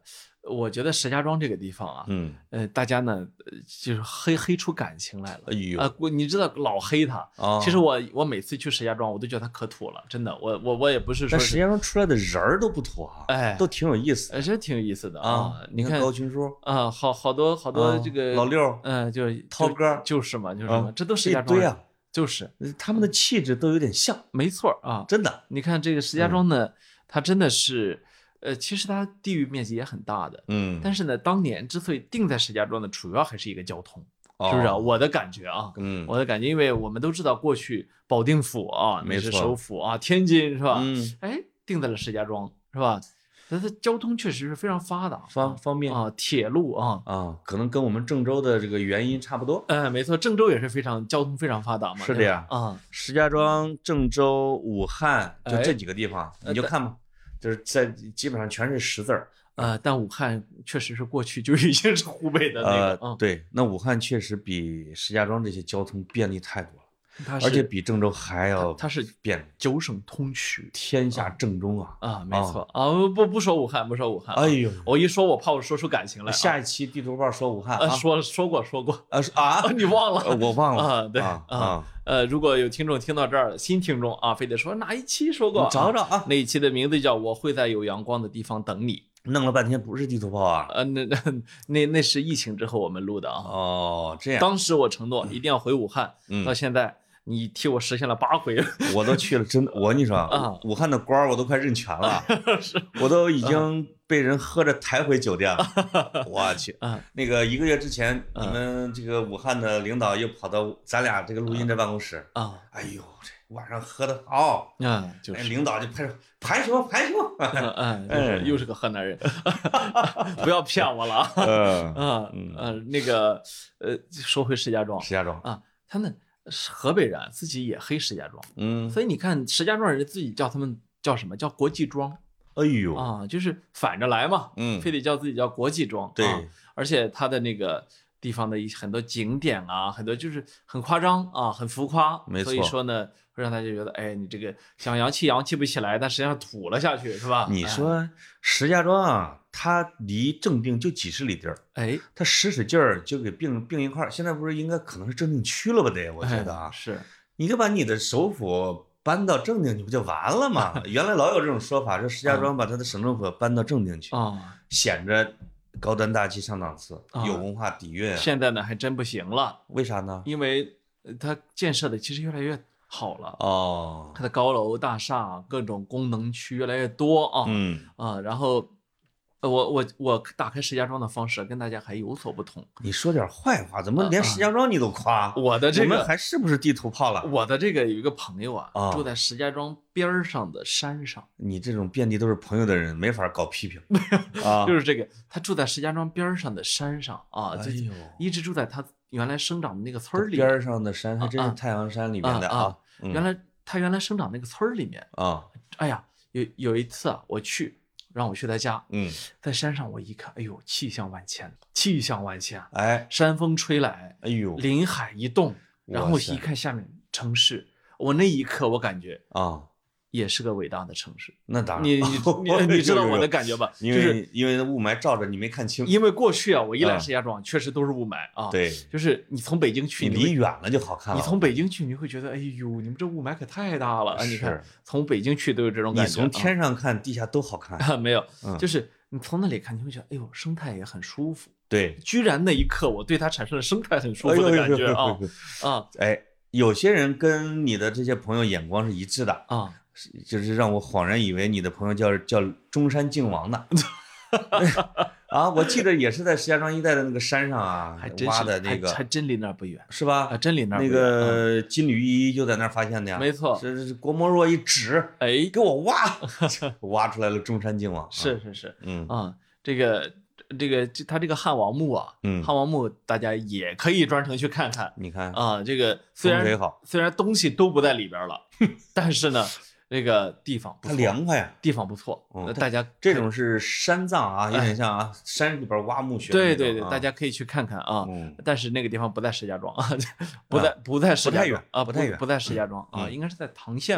我觉得石家庄这个地方啊， 嗯， 呃，大家呢，呃就是黑黑出感情来了。 哎呦， 啊，我你知道老黑他。 哦其实我我每次去石家庄，我都觉得他可土了，真的。我我我也不是说是， 但石家庄出来的人儿都不土啊， 哎， 都挺有意思的呃，这挺有意思的啊啊。。你看高群叔啊，好好多好多啊这个老六嗯，就就涛哥就是嘛，就是啊嘛，这都石这一家庄人堆啊， 就是他们的气质都有点像， 没错啊。 真的。 你看这个石家庄呢，它真的是，呃，其实它地域面积也很大的， 嗯， 但是呢，当年之所以定在石家庄呢，主要还是一个交通，是不是啊？ 哦我的感觉啊， 嗯我的感觉，因为我们都知道过去保定府啊，那是没错首府啊，天津是吧？ 嗯， 哎，定在了石家庄是吧？它的交通确实是非常发达， 方方便啊，铁路啊。 啊，可能跟我们郑州的这个原因差不多。 哎，没错，郑州也是非常交通非常发达嘛。 是的呀对吧啊， 石家庄、郑州、武汉，就哎这几个地方， 呃你就看吧，就是在基本上全是实字儿。 呃，但武汉确实是过去就已经是湖北的那个， 呃， 嗯， 对，那武汉确实比石家庄这些交通便利太多了， 它是而且比郑州还要它是便利， 九省通衢天下正中啊！ 啊，没错啊，不不说武汉，不说武汉啊， 哎呦， 我一说我怕我说出感情来啊。 下一期地图炮说武汉呃啊说说过说过啊是啊， 啊，你忘呃了我忘了啊？对啊啊，呃，如果有听众听到这儿，新听众啊，非得说哪一期说过啊， 你找找啊， 那一期的名字叫我会在有阳光的地方等你。 弄了半天不是地图炮啊！ 呃，那那那那是疫情之后我们录的啊。 哦，这样， 当时我承诺一定要回武汉， 嗯到现在你替我实现了八回。 我都去了，真的，我跟你说啊武汉的官儿我都快认全了，我都已经被人喝着抬回酒店了。我去啊， 那个一个月之前， 啊你们这个武汉的领导又跑到咱俩这个录音这办公室， 啊哎呦，这晚上喝的好， 啊，就哎， 是。 领导就拍手排球排球， 嗯嗯，就是又是个河南人，不要骗我了啊！ 嗯， 啊呃，那个呃，说回石家庄石家庄， 啊，他们是河北人自己也黑石家庄， 嗯， 所以你看石家庄人自己叫他们叫什么叫国际庄哎呦， 啊，就是反着来嘛， 嗯非得叫自己叫国际庄， 对啊，而且他的那个地方的一很多景点啊，很多就是很夸张啊，很浮夸， 没错所以说呢，会让大家觉得，哎，你这个想洋气洋气不起来，但实际上土了下去，是吧？ 你说石家庄啊，它离正定就几十里地儿。 哎， 他使使劲儿就给并并一块儿，现在不是应该可能是正定区了吧？得，我觉得啊， 哎是， 你就把你的首府搬到正定，你不就完了吗？原来老有这种说法，说石家庄把它的省政府搬到正定去， 啊， 显着高端大气上档次， 啊有文化底蕴啊。 现在呢还真不行了， 为啥呢？ 因为呃它建设的其实越来越好了， 哦， 它的高楼大厦、各种功能区越来越多啊， 嗯， 啊，然后。呃我我我打开石家庄的方式跟大家还有所不同。 你说点坏话，怎么连石家庄你都夸？ 我的这个我们还是不是地图炮了？ 我的这个有一个朋友啊， 啊住在石家庄边儿上的山上， 你这种遍地都是朋友的人，没法搞批评啊。 就是这个，他住在石家庄边儿上的山上啊，就哎呦， 一直住在他原来生长的那个村儿里边面。 儿上的山还真是太阳山里面的啊啊嗯原来他原来生长那个村儿里面， 啊， 哎呀，有有一次啊，我去让我去他家， 嗯， 在山上我一看，哎呦，气象万千，气象万千， 哎， 山风吹来， 哎呦林海一动，然后哇塞一看下面城市，我那一刻我感觉啊， 也是个伟大的城市。 那当然， 你你你你知道我的感觉吧？ 因为就是因为雾霾罩着你没看清， 因为过去啊，我一来啊石家庄，确实都是雾霾啊。， 对， 就是你从北京去， 你你会离远了就好看了。 你从北京去，你会觉得，哎呦，你们这雾霾可太大了啊！你看是， 从北京去都有这种你感觉。 从天上看，地下都好看。 啊，没有， 嗯就是你从那里看，你会觉得，哎呦，生态也很舒服。 对， 居然那一刻，我对它产生了生态很舒服的感觉啊啊哎，有些人跟你的这些朋友眼光是一致的， 啊！ 是就是让我恍然以为你的朋友叫叫中山靖王呢。啊，我记得也是在石家庄一带的那个山上啊还，真挖是的那个还还真离那儿不远是吧啊，？真离那儿那不远啊个金缕玉衣就在那儿发现的呀， 没错这是郭沫若一指， 哎， 给我挖，挖出来了中山靖王。啊是，是是嗯啊，这个这个这他这个汉王墓啊， 嗯汉王墓大家也可以专程去看看你看啊。这个虽然风水好， 虽然东西都不在里边了，但是呢，这个地方不它错， 凉快呀。 地方不错， 嗯呃大家这可以种是山葬啊，有点像啊，山里边挖墓穴的那种啊。 对对对，大家可以去看看啊。 嗯但是那个地方不在石家庄啊，不在不在石家庄不太远啊， 不太远不在石家庄啊， 嗯应该是在唐县吧？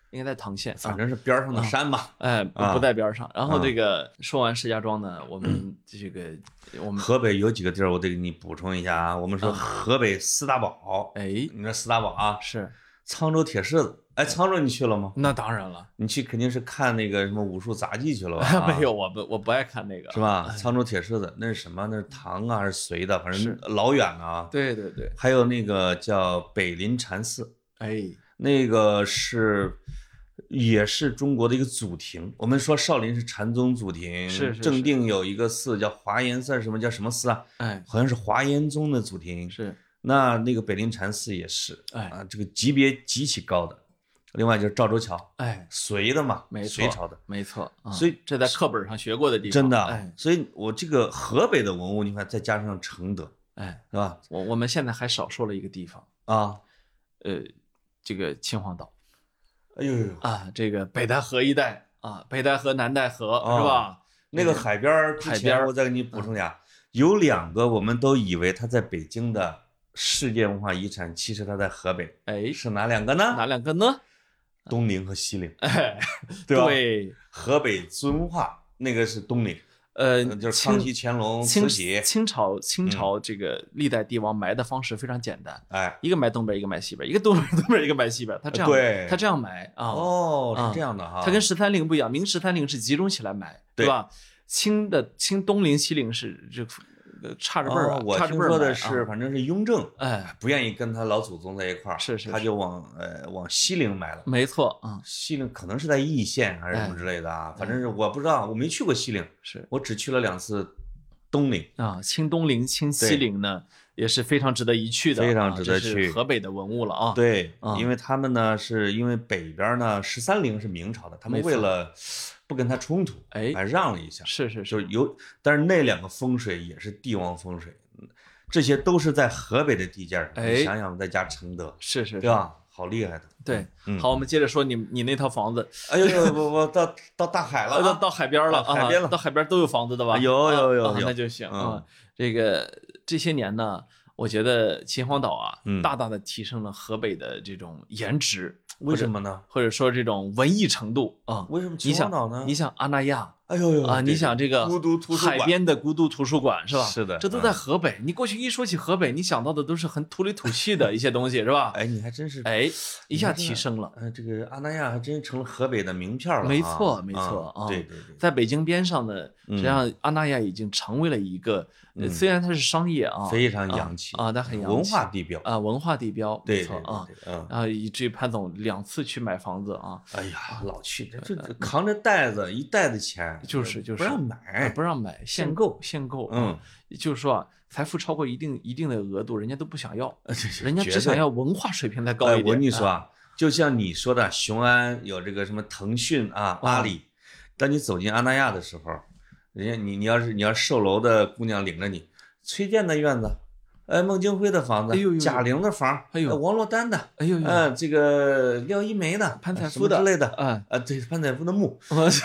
应该在唐县， 反正是边上的山吧。 哎，不不在边上。然后这个说完石家庄呢，我们这个我们河北有几个地儿，我得给你补充一下啊。我们说河北四大宝， 哎， 你说四大宝啊， 是沧州铁狮子。哎，沧州你去了吗？ 那当然了， 你去肯定是看那个什么武术杂技去了吧？ 没有，我不我不爱看那个， 是吧？沧州铁狮子那是什么？那是唐啊还是隋的？反正老远了啊。 对对对。 还有那个叫北林禅寺， 哎， 那个是也是中国的一个祖庭。我们说少林是禅宗祖庭， 是是正定有一个寺叫华严寺，什么叫什么寺啊？ 哎， 好像是华严宗的祖庭。 是。 那那个北林禅寺也是， 哎啊，这个级别极其高的。另外就是赵州桥， 哎， 隋的嘛， 没错， 隋朝的， 没错，啊、 所以这在课本上学过的地方， 真的， 哎， 所以我这个河北的文物，你看再加上承德， 哎， 是吧？ 我我们现在还少说了一个地方啊， 呃，这个秦皇岛， 哎呦呦啊，这个北戴河一带啊，北戴河、南戴河、 啊、 是吧？ 那个海边儿， 海边我再给你补充俩，嗯、有两个我们都以为它在北京的世界文化遗产，其实它在河北， 哎， 是哪两个呢？ 哪两个呢？ 东陵和西陵， 哎， 对吧？ 对， 河北遵化那个是东陵， 呃， 就是康熙、乾隆、慈禧。 清朝清朝这个历代帝王埋的方式非常简单， 哎， 一个埋东边，一个埋西边，一个东边东边，一个埋西边，他这样， 对， 他这样埋啊。 哦，是这样的哈。 他跟十三陵不一样，明十三陵是集中起来埋，对吧？清的清东陵、西陵是这。差着辈儿啊！ 我听说的是，反正是雍正，哎，不愿意跟他老祖宗在一块儿， 是是， 他就往呃往西陵埋了。 没错啊， 西陵可能是在易县还是什么之类的啊，反正是我不知道，我没去过西陵， 是我只去了两次东陵啊。清东陵、清西陵呢也是非常值得一去的， 非常值得去。 河北的文物了啊。 对，因为他们呢是因为北边呢十三陵是明朝的，他们为了不跟他冲突， 哎， 还让了一下， 是是是， 就是有，但是那两个风水也是帝王风水，这些都是在河北的地界上。 哎， 你想想，再加承德， 是是， 对吧？好厉害的。 对，好，我们接着说你你那套房子。 哎呦呦，我我到到大海了， 到到海边了， 海边了， 到海边都有房子的吧？ 有有有有， 那就行啊。这个这些年呢，我觉得秦皇岛啊，大大的提升了河北的这种颜值。 为什么呢？ 或者说这种文艺程度啊？ 为什么秦皇岛呢？ 你想阿那亚， 哎呦呦啊！你想这个孤独图书馆， 海边的孤独图书馆是吧？ 是的， 这都在河北。你过去一说起河北，你想到的都是很土里土气的一些东西是吧？ 哎，你还真是哎，一下提升了。 呃，这个阿那亚还真成了河北的名片了。 没错，没错啊。 对对对， 在北京边上呢，实际上阿那亚已经成为了一个，虽然它是商业啊， 非常洋气啊，但很洋气， 文化地标啊，文化地标，没错啊。 然后以至于潘总两次去买房子啊。 哎呀，老去这这扛着袋子一袋子钱， 就是就是不让买， 不让买，限购限购。嗯，就是说啊，财富超过一定一定的额度，人家都不想要，人家只想要文化水平再高一点。 我跟你说啊，就像你说的，雄安有这个什么腾讯啊、阿里，当你走进阿那亚的时候，人家你你要是你要售楼的姑娘领着你，崔健的院子。呃，孟京辉的房子， 哎呦呦， 贾玲的房， 哎呦， 王珞丹的， 哎呦， 嗯，这个廖一梅的， 潘采夫的之类的， 啊啊，对，潘采夫的墓，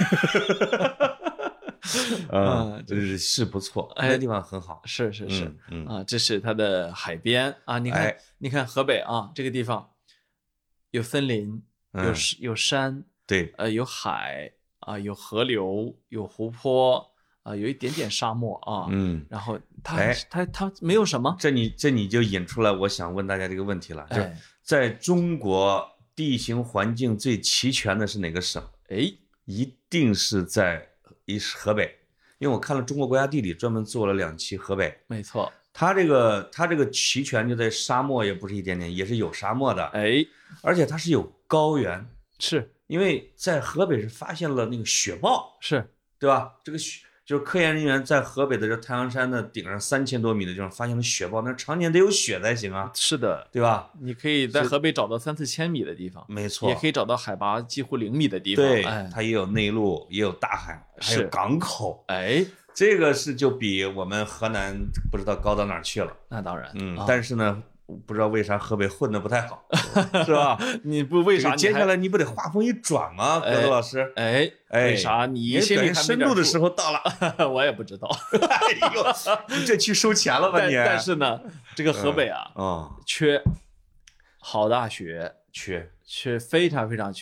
啊，这是是不错，那地方很好， 是是是，啊，这是它的海边啊，你看，你看河北啊，这个地方有森林，有有山， 对， 呃，有海啊，有河流，有湖泊。啊，有一点点沙漠啊， 嗯， 然后它它它没有什么， 这你这你就引出来我想问大家这个问题了，就在中国地形环境最齐全的是哪个省？ 哎， 一定是在一河北，因为我看了中国国家地理专门做了两期河北， 没错， 它这个它这个齐全就在沙漠也不是一点点，也是有沙漠的， 哎， 而且它是有高原， 是因为在河北是发现了那个雪豹， 是对吧？这个雪。就是科研人员在河北的这太阳山的顶上三千多米的地方发现了雪豹，那常年得有雪才行啊。 是的， 对吧？ 你可以在河北找到三四千米的地方， 没错， 也可以找到海拔几乎零米的地方。 对， 哎、 它也有内陆，也有大海，还有港口。 哎， 这个是就比我们河南不知道高到哪儿去了。 那当然， 嗯， 啊、 但是呢。不知道为啥河北混的不太好，是吧？ 你不为啥？ 接下来你不得话锋一转吗，格子老师？ 哎哎，为啥？你心里深度的时候到了， 我也不知道。 哎呦，你这去收钱了吧你？ 但是呢，这个河北啊， 嗯， 缺好大学， 缺缺非常非常缺。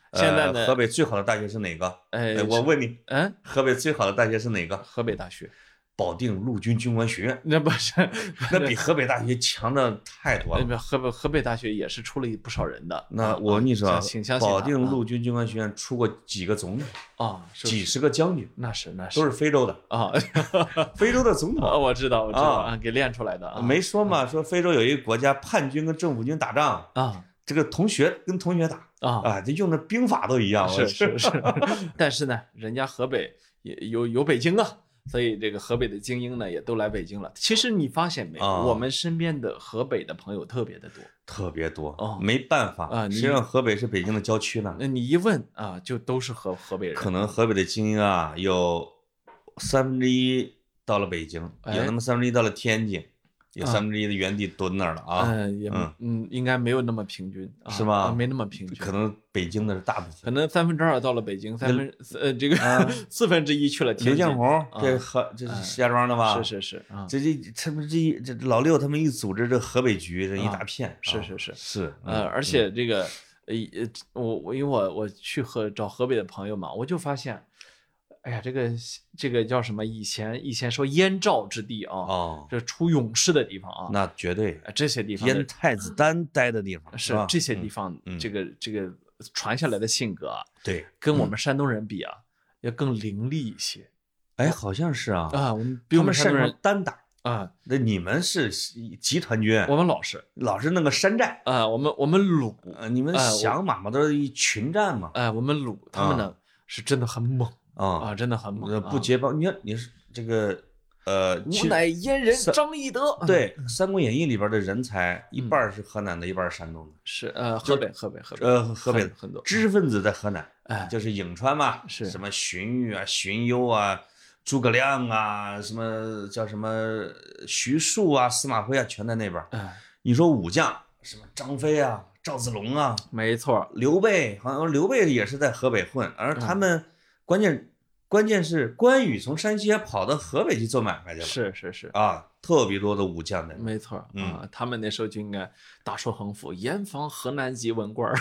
现在呢， 河北最好的大学是哪个？ 哎， 我问你， 嗯， 河北最好的大学是哪个？ 河北大学。 保定陆军军官学院， 那不是， 那比河北大学强的太多了。 河北河北大学也是出了不少人的。 那我跟你说，保定陆陆军军官学院出过几个总统啊， 几十个将军， 那是那是都是非洲的啊， 非洲的总统， 我知道我知道啊，给练出来的。 没说嘛，说非洲有一个国家叛军跟政府军打仗啊， 这个同学跟同学打啊啊，这用的兵法都一样。 是是是，但是呢，人家河北也有有北京啊。所以这个河北的精英呢，也都来北京了。其实你发现没有， 哦、 我们身边的河北的朋友特别的多， 特别多哦， 没办法啊。 实际上，河北是北京的郊区呢。 那你一问啊，就都是河河北人。 可能河北的精英啊，有三分之一到了北京， 哎、 有那么三分之一到了天津，有三分之一的原地蹲那儿了啊。 嗯，也嗯，应该没有那么平均，啊、 是吗？ 没那么平均， 可能北京的是大部分， 可能三分之二到了北京，三分呃这个、啊、四分之一去了天津。 刘建宏，这河这是石家庄的吧？ 是是是啊， 这这他们这这老六他们一组织这河北局这一大片， 是是是是呃，而且这个呃我我因为我我去河找河北的朋友嘛，我就发现。哎呀，这个这个叫什么？以前以前说燕赵之地啊， 哦， 这出勇士的地方啊， 那绝对， 这些地方燕太子丹待的地方是这些地方，这个这个传下来的性格啊， 对， 跟我们山东人比啊，要更凌厉一些。 哎，好像是啊啊，我们比我们山东人单打啊， 那你们是集团军， 我们老是老是弄个山寨啊，我们我们鲁， 你们响马嘛都是一群战嘛， 哎，我们鲁他们呢是真的很猛。 啊啊，真的很猛， 不结帮。你看，你是这个呃， 吾乃燕人张翼德。 对，《三国演义》里边的人才一半是河南的，一半是山东的。 是呃，河北，河北，河北， 呃，河北很多知识分子在河南， 哎， 就是颍川嘛， 是什么荀彧啊、荀攸啊、诸葛亮啊，什么叫什么徐庶啊、司马徽啊，全在那边。 哎， 你说武将，什么张飞啊、赵子龙啊， 没错， 刘备好像刘备也是在河北混，而他们关键。关键是关羽从山西还跑到河北去做买卖去了， 是是是啊，特别多的武将的， 没错嗯、 啊，他们那时候就应该大说横幅，严防河南籍文官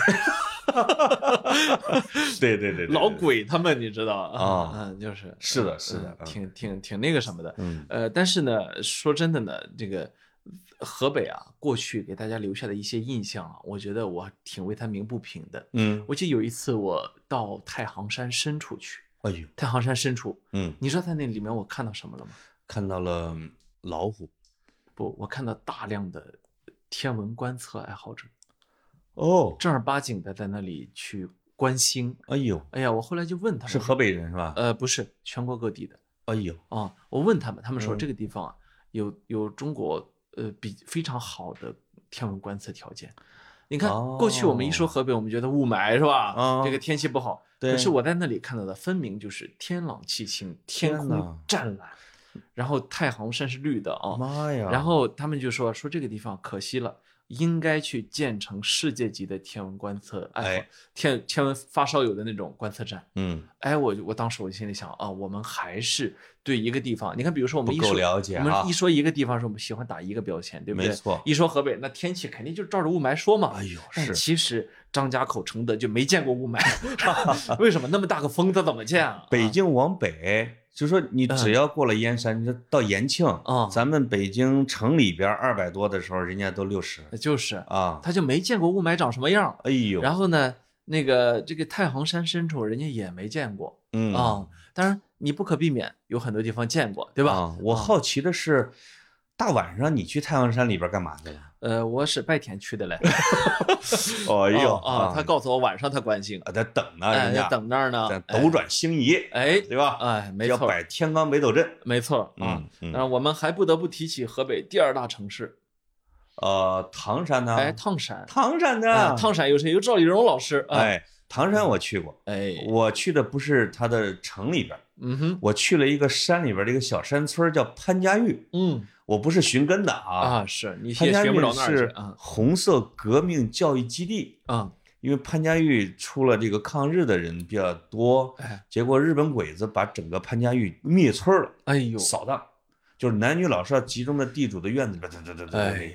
对对对， 老鬼他们你知道啊， 嗯，就是是的，是的， 挺挺挺那个什么的， 嗯， 呃，但是呢，说真的呢，这个河北啊，过去给大家留下的一些印象啊，我觉得我挺为他鸣不平的， 嗯， 我记得有一次我到太行山深处去。 哎呦， 太行山深处， 嗯， 你知道在那里面我看到什么了吗？ 看到了老虎， 不，我看到大量的天文观测爱好者， 哦， 正儿八经的在那里去观星。 哎呦， 哎呀，我后来就问他们， 是河北人是吧？ 呃，不是，全国各地的。 哎呦， 啊，我问他们，他们说嗯这个地方啊，有有中国呃比非常好的天文观测条件。你看， 哦过去我们一说河北，我们觉得雾霾是吧？ 啊， 这个天气不好。 对。 可是我在那里看到的，分明就是天朗气清，天空湛蓝，然后太行山是绿的啊。 妈呀！ 然后他们就说说这个地方可惜了，应该去建成世界级的天文观测，哎，天天文发烧友的那种观测站。 嗯， 哎，我我当时我心里想啊，我们还是对一个地方，你看，比如说我们一说不够了解、啊， 我们一说一个地方，是我们喜欢打一个标签，对不对？ 没错。 一说河北，那天气肯定就照着雾霾说嘛。 哎呦， 是。其实张家口承德就没见过雾霾，为什么那么大个风它怎么见啊？ 北京往北。就说你只要过了燕山，你说到延庆啊， 咱们北京城里边二百多的时候，人家都六十， 就是啊， 他就没见过雾霾长什么样。 哎呦， 然后呢，那个这个太行山深处，人家也没见过， 嗯啊，当然你不可避免有很多地方见过，对吧？ 啊，我好奇的是，大晚上你去太行山里边干嘛去了？ 呃，我是白天去的嘞。 哎呦啊，他告诉我晚上他观星， 啊，在等呢，人家等那儿呢， 斗转星移， 哎， 对吧？ 哎，没错， 要摆天罡北斗阵， 没错啊。那我们还不得不提起河北第二大城市， 呃，唐山呢？ 哎，唐山， 唐山的， 唐山有谁？有赵丽蓉老师。 哎，唐山我去过， 哎， 我去的不是它的城里边， 嗯哼， 我去了一个山里边的一个小山村，叫潘家峪， 嗯。 我不是寻根的啊啊，是你潘家峪是红色革命教育基地啊， 因为潘家峪出了这个抗日的人比较多， 哎， 结果日本鬼子把整个潘家峪灭村了， 哎呦， 扫荡，就是男女老少集中在地主的院子里边， 哎呀，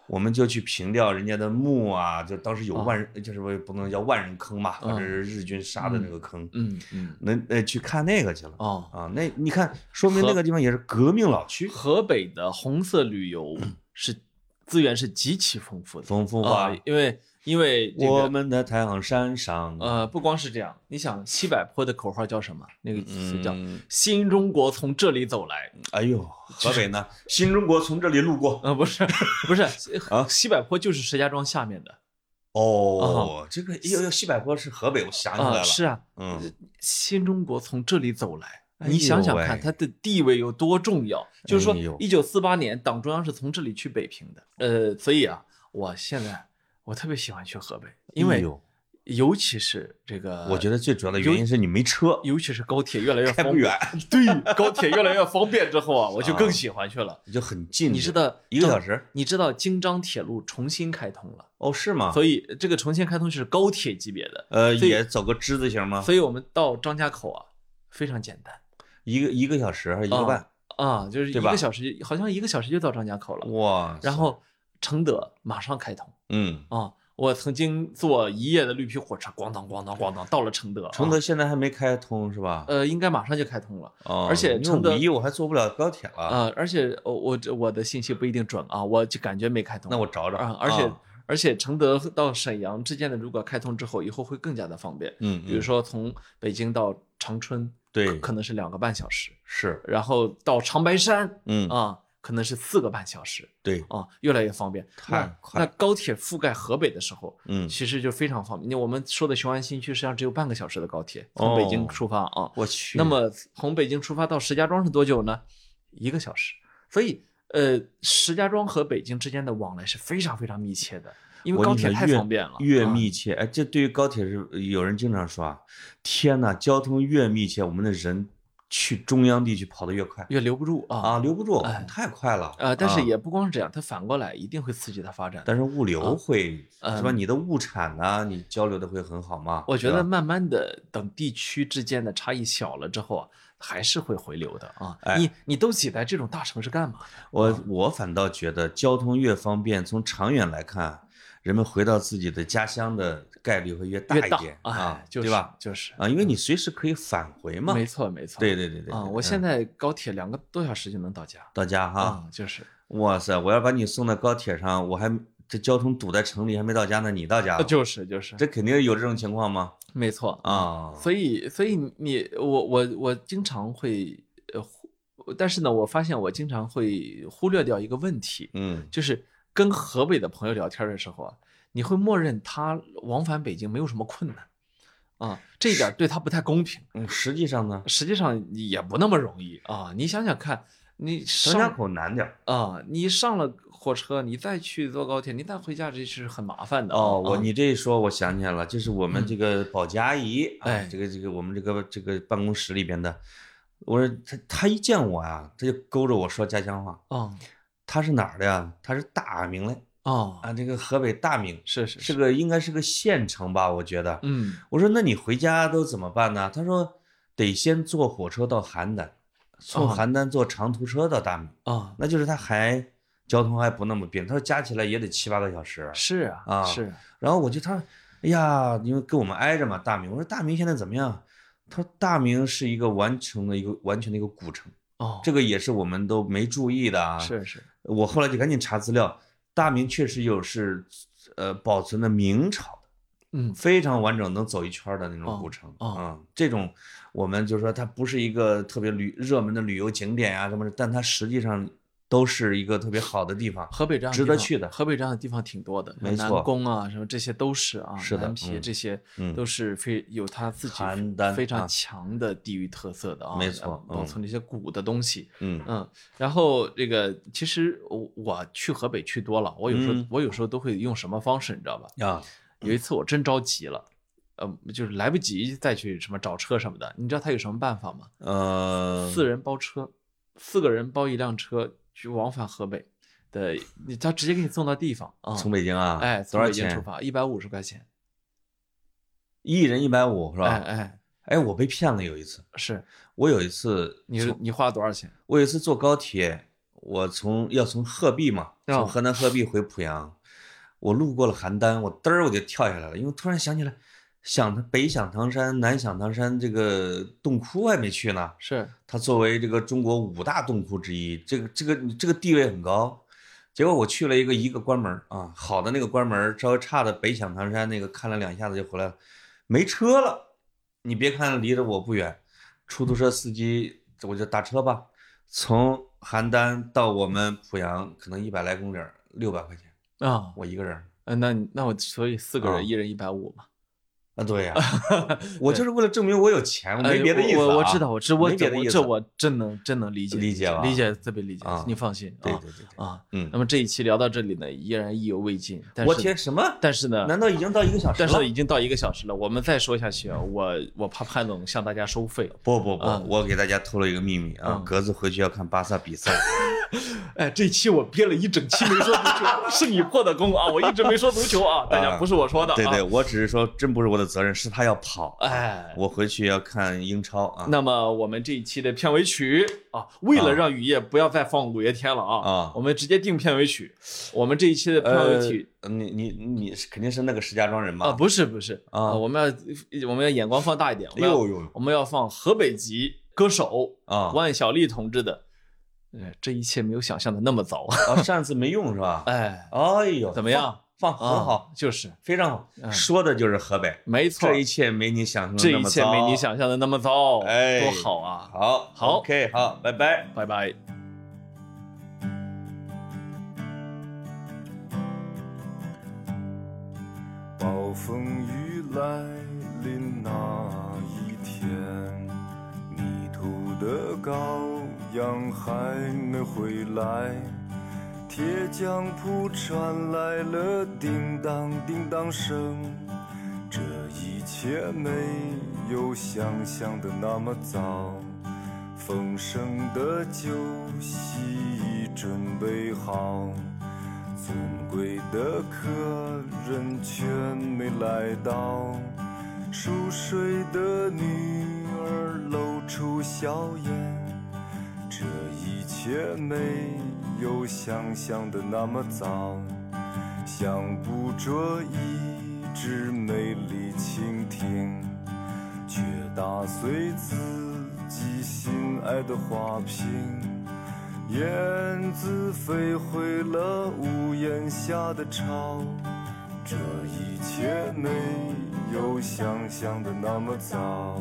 我们就去平掉人家的墓啊，就当时有万人，就是我也不能叫万人坑嘛，反正是日军杀的那个坑， 嗯嗯， 那呃去看那个去了。 哦啊，那你看，说明那个地方也是革命老区， 河北的红色旅游是资源是极其丰富的， 丰富啊化。， 因为因为这个我们的太行山上， 呃，不光是这样，你想西柏坡的口号叫什么？那个词叫嗯 “新中国从这里走来”。 哎呦，河北呢，新中国从这里路过。 呃，不是，不是啊西柏坡就是石家庄下面的哦，这个呦呦，西柏坡是河北，我想起来啊， 了。 是啊， 嗯， 新中国从这里走来。 哎呦你想想喂看，它的地位有多重要？就是说哎呦， 一九四八年党中央是从这里去北平的。呃，所以啊，我现在我特别喜欢去河北，因为哎呦尤其是这个， 我觉得最主要的原因是你没车， 尤其是高铁越来越开不方便， 远， 对，高铁越来越方便之后啊，我就更喜欢去了。 就很近。 你知道一个小时？ 你知道京张铁路重新开通了， 哦，是吗？ 所以这个重新开通是高铁级别的， 呃， 所以也走个之字形吗？ 所以我们到张家口啊非常简单。 一个一个小时还是一个半？ 啊，就是一对吧个小时，好像一个小时就到张家口了。 哇！ 然后承德马上开通嗯， 啊！我曾经坐一夜的绿皮火车，咣当咣当咣当到了承德。 承德啊现在还没开通是吧？ 呃，应该马上就开通了。 哦， 而且因为承德五一我还坐不了高铁了。 呃，而且我我这我的信息不一定准啊，我就感觉没开通。 那我找找啊，而且啊而且承德到沈阳之间的，如果开通之后，以后会更加的方便。 嗯， 比如说从北京到长春， 对， 可能是两个半小时， 是， 然后到长白山， 嗯啊，可能是四个半小时。 对， 啊，越来越方便。 太那快那高铁覆盖河北的时候， 嗯， 其实就非常方便。你我们说的雄安新区实际上只有半个小时的高铁，从北京哦出发啊。 我去。 那么从北京出发到石家庄是多久呢？一个小时。所以呃，石家庄和北京之间的往来是非常非常密切的，因为我高铁跟你说越太方便了。 越啊密切，哎，这对于高铁是有人经常说啊，天呐，交通越密切，我们的人去中央地区跑得越快越留不住啊。 啊，留不住哎， 太快了。 呃，但是啊也不光是这样，它反过来一定会刺激它发展。 但是物流会嗯是吧？你的物产呐，你交流的会很好吗？ 我觉对吧得慢慢的，等地区之间的差异小了之后啊，还是会回流的啊。 哎你你都挤在这种大城市干嘛？ 我我反倒觉得交通越方便，从长远来看，人们回到自己的家乡的概率会越大越大一点啊哎，，就是对吧？ 就是啊，因为你随时可以返回嘛。 没错没错。 对对对对啊， 对我现嗯在高铁两个多小时就能到家到家哈， 啊，就是哇塞！我要把你送到高铁上，我还这交通堵在城里还没到家呢，你到家了， 就是就是这肯定有这种情况吗？ 没错。 啊， 所以所以你我我我经常会呃忽，但是呢，我发现我经常会忽略掉一个问题， 嗯， 就是跟河北的朋友聊天的时候啊，你会默认他往返北京没有什么困难啊，这一点对他不太公平。 嗯，实际上呢， 实际上也不那么容易啊，你想想看，你张家上口难点儿。 啊，你上了火车，你再去坐高铁，你再回家，这是很麻烦的啊。 哦，我啊你这一说，我想起来了，就是我们这个保洁阿姨，啊哎这个这个我们这个这个办公室里边的，我说她她一见我啊，她就勾着我说家乡话。 哦她是哪儿的呀？她是大名嘞哦， 啊，这个河北大名， 是是是个应该是个县城吧，我觉得。 嗯我说那你回家都怎么办呢？她说得先坐火车到邯郸，从哦邯郸坐长途车到大名， 啊， 那就是她还交通还不那么便利。她说加起来也得七八个小时。 是啊啊是然后我就他说，哎呀，因为跟我们挨着嘛，大明。我说大明现在怎么样？他说大明是一个完成的一个完全的一个古城， 哦， 这个也是我们都没注意的啊。 是是我后来就赶紧查资料，大明确实有是呃保存的明朝的， 嗯非常完整，能走一圈的那种哦古城哦啊、这种我们就说它不是一个特别旅热门的旅游景点呀、什么的，但它实际上都是一个特别好的地方。 河北这样的地方值得去的河北这样的地方挺多的， 没错南宫啊什么这些都是啊， 是的南皮嗯这些嗯都是非有它自己邯郸非常啊强的地域特色的啊， 没错嗯保存这些古的东西。 嗯嗯，然后这个其实我我去河北去多了，我有时候、 嗯我有时候都会用什么方式，你知道吧？ 啊， 有一次我真着急了，呃，就是来不及再去什么找车什么的，你知道他有什么办法吗？ 呃， 四人包车，四个人包一辆车去往返河北的，你他直接给你送到地方啊。 从北京啊， 哎， 多少钱？ 从北京出发，一百五十块钱。 一人一百五是吧？ 哎哎， 哎，我被骗了有一次。 是我有一次你是你花了多少钱？ 我有一次坐高铁， 我从要从鹤壁嘛，从河南鹤壁回濮阳，我路过了邯郸，我嘚儿我就跳下来了，因为突然想起来，想北响堂山、南响堂山这个洞窟还没去呢。 是它作为这个中国五大洞窟之一，这个这个这个地位很高。结果我去了一个一个关门啊，好的那个关门，稍微差的北响堂山那个看了两下子就回来了，没车了。你别看离着我不远，出租车司机我就打车吧，从邯郸到我们濮阳可能一百来公里，六百块钱啊， 我一个人。 呃，那那我所以四个人、 啊一人一百五嘛。 啊，对呀、我就是为了证明我有钱，我没别的意思、啊我我知道，我知我没别的意思这我真能真能理解理解吧理解特别理解， 啊你放心啊对对对对啊。 嗯， 那么这一期聊到这里呢，依然意犹未尽。但是我天，什么？ 但是呢， 难道已经到一个小时了？ 但是已经到一个小时了，我们再说下去啊，我我怕潘总向大家收费。 不不不， 嗯我给大家透露一个秘密啊， 嗯格子回去要看巴萨比赛。 哎，这期我憋了一整期没说足球，是你破的功啊！我一直没说足球啊，大家不是我说的、啊。 对对，我只是说，真不是我的责任，是他要跑。 哎， 我回去要看英超啊。 那么我们这一期的片尾曲啊，为了让雨夜不要再放五月天了啊， 啊我们直接定片尾曲。我们这一期的片尾曲， 呃、你你你肯定是那个石家庄人吧？ 啊，不是不是啊我们要我们要眼光放大一点，我们要呦呦我们要放河北籍歌手啊万晓利同志的。呃，这一切没有想象的那么糟。 啊，上次没用是吧？ 哎， 哎呦， 怎么样？ 放很好、 啊，就是非常好、 嗯， 说的就是河北， 没错， 这一切没你想象的这那么糟， 一切没你想象的那么糟， 哎， 多好啊！ 好， 好 ，OK， 好，拜拜， 拜拜。 暴风雨来临那一天，迷途的羔羊还没回来，铁匠铺传来了叮当叮当声，这一切没有想象的那么糟，丰盛的酒席已准备好，尊贵的客人全没来到，熟睡的女儿露出笑颜，这一切没有想象的那么糟，想捕捉一只美丽蜻蜓，却打碎自己心爱的花瓶，燕子飞回了屋檐下的巢，这一切没有想象的那么糟。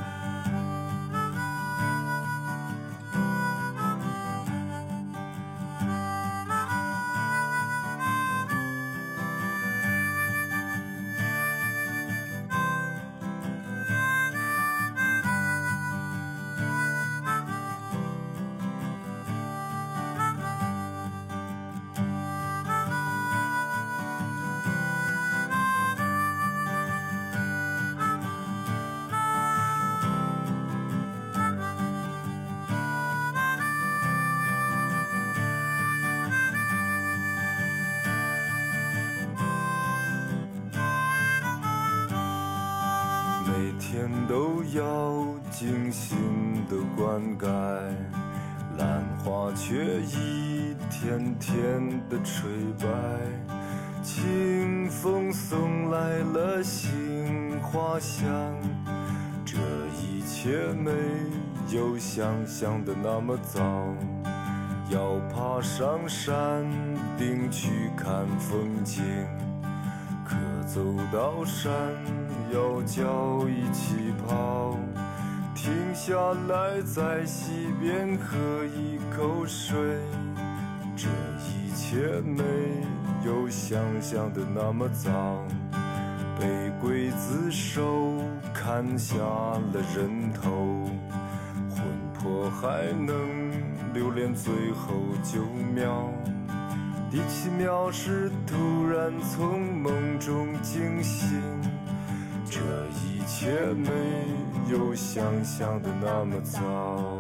每天都要精心的灌溉，兰花却一天天的垂败，清风送来了杏花香，这一切没有想象的那么糟，要爬上山顶去看风景，可走到山要脚一起跑，停下来在溪边喝一口水，这一切没有想象的那么糟，被刽子手砍下了人头，魂魄还能留恋最后九秒，第七秒是突然从梦中惊醒，这一切没有想象的那么糟。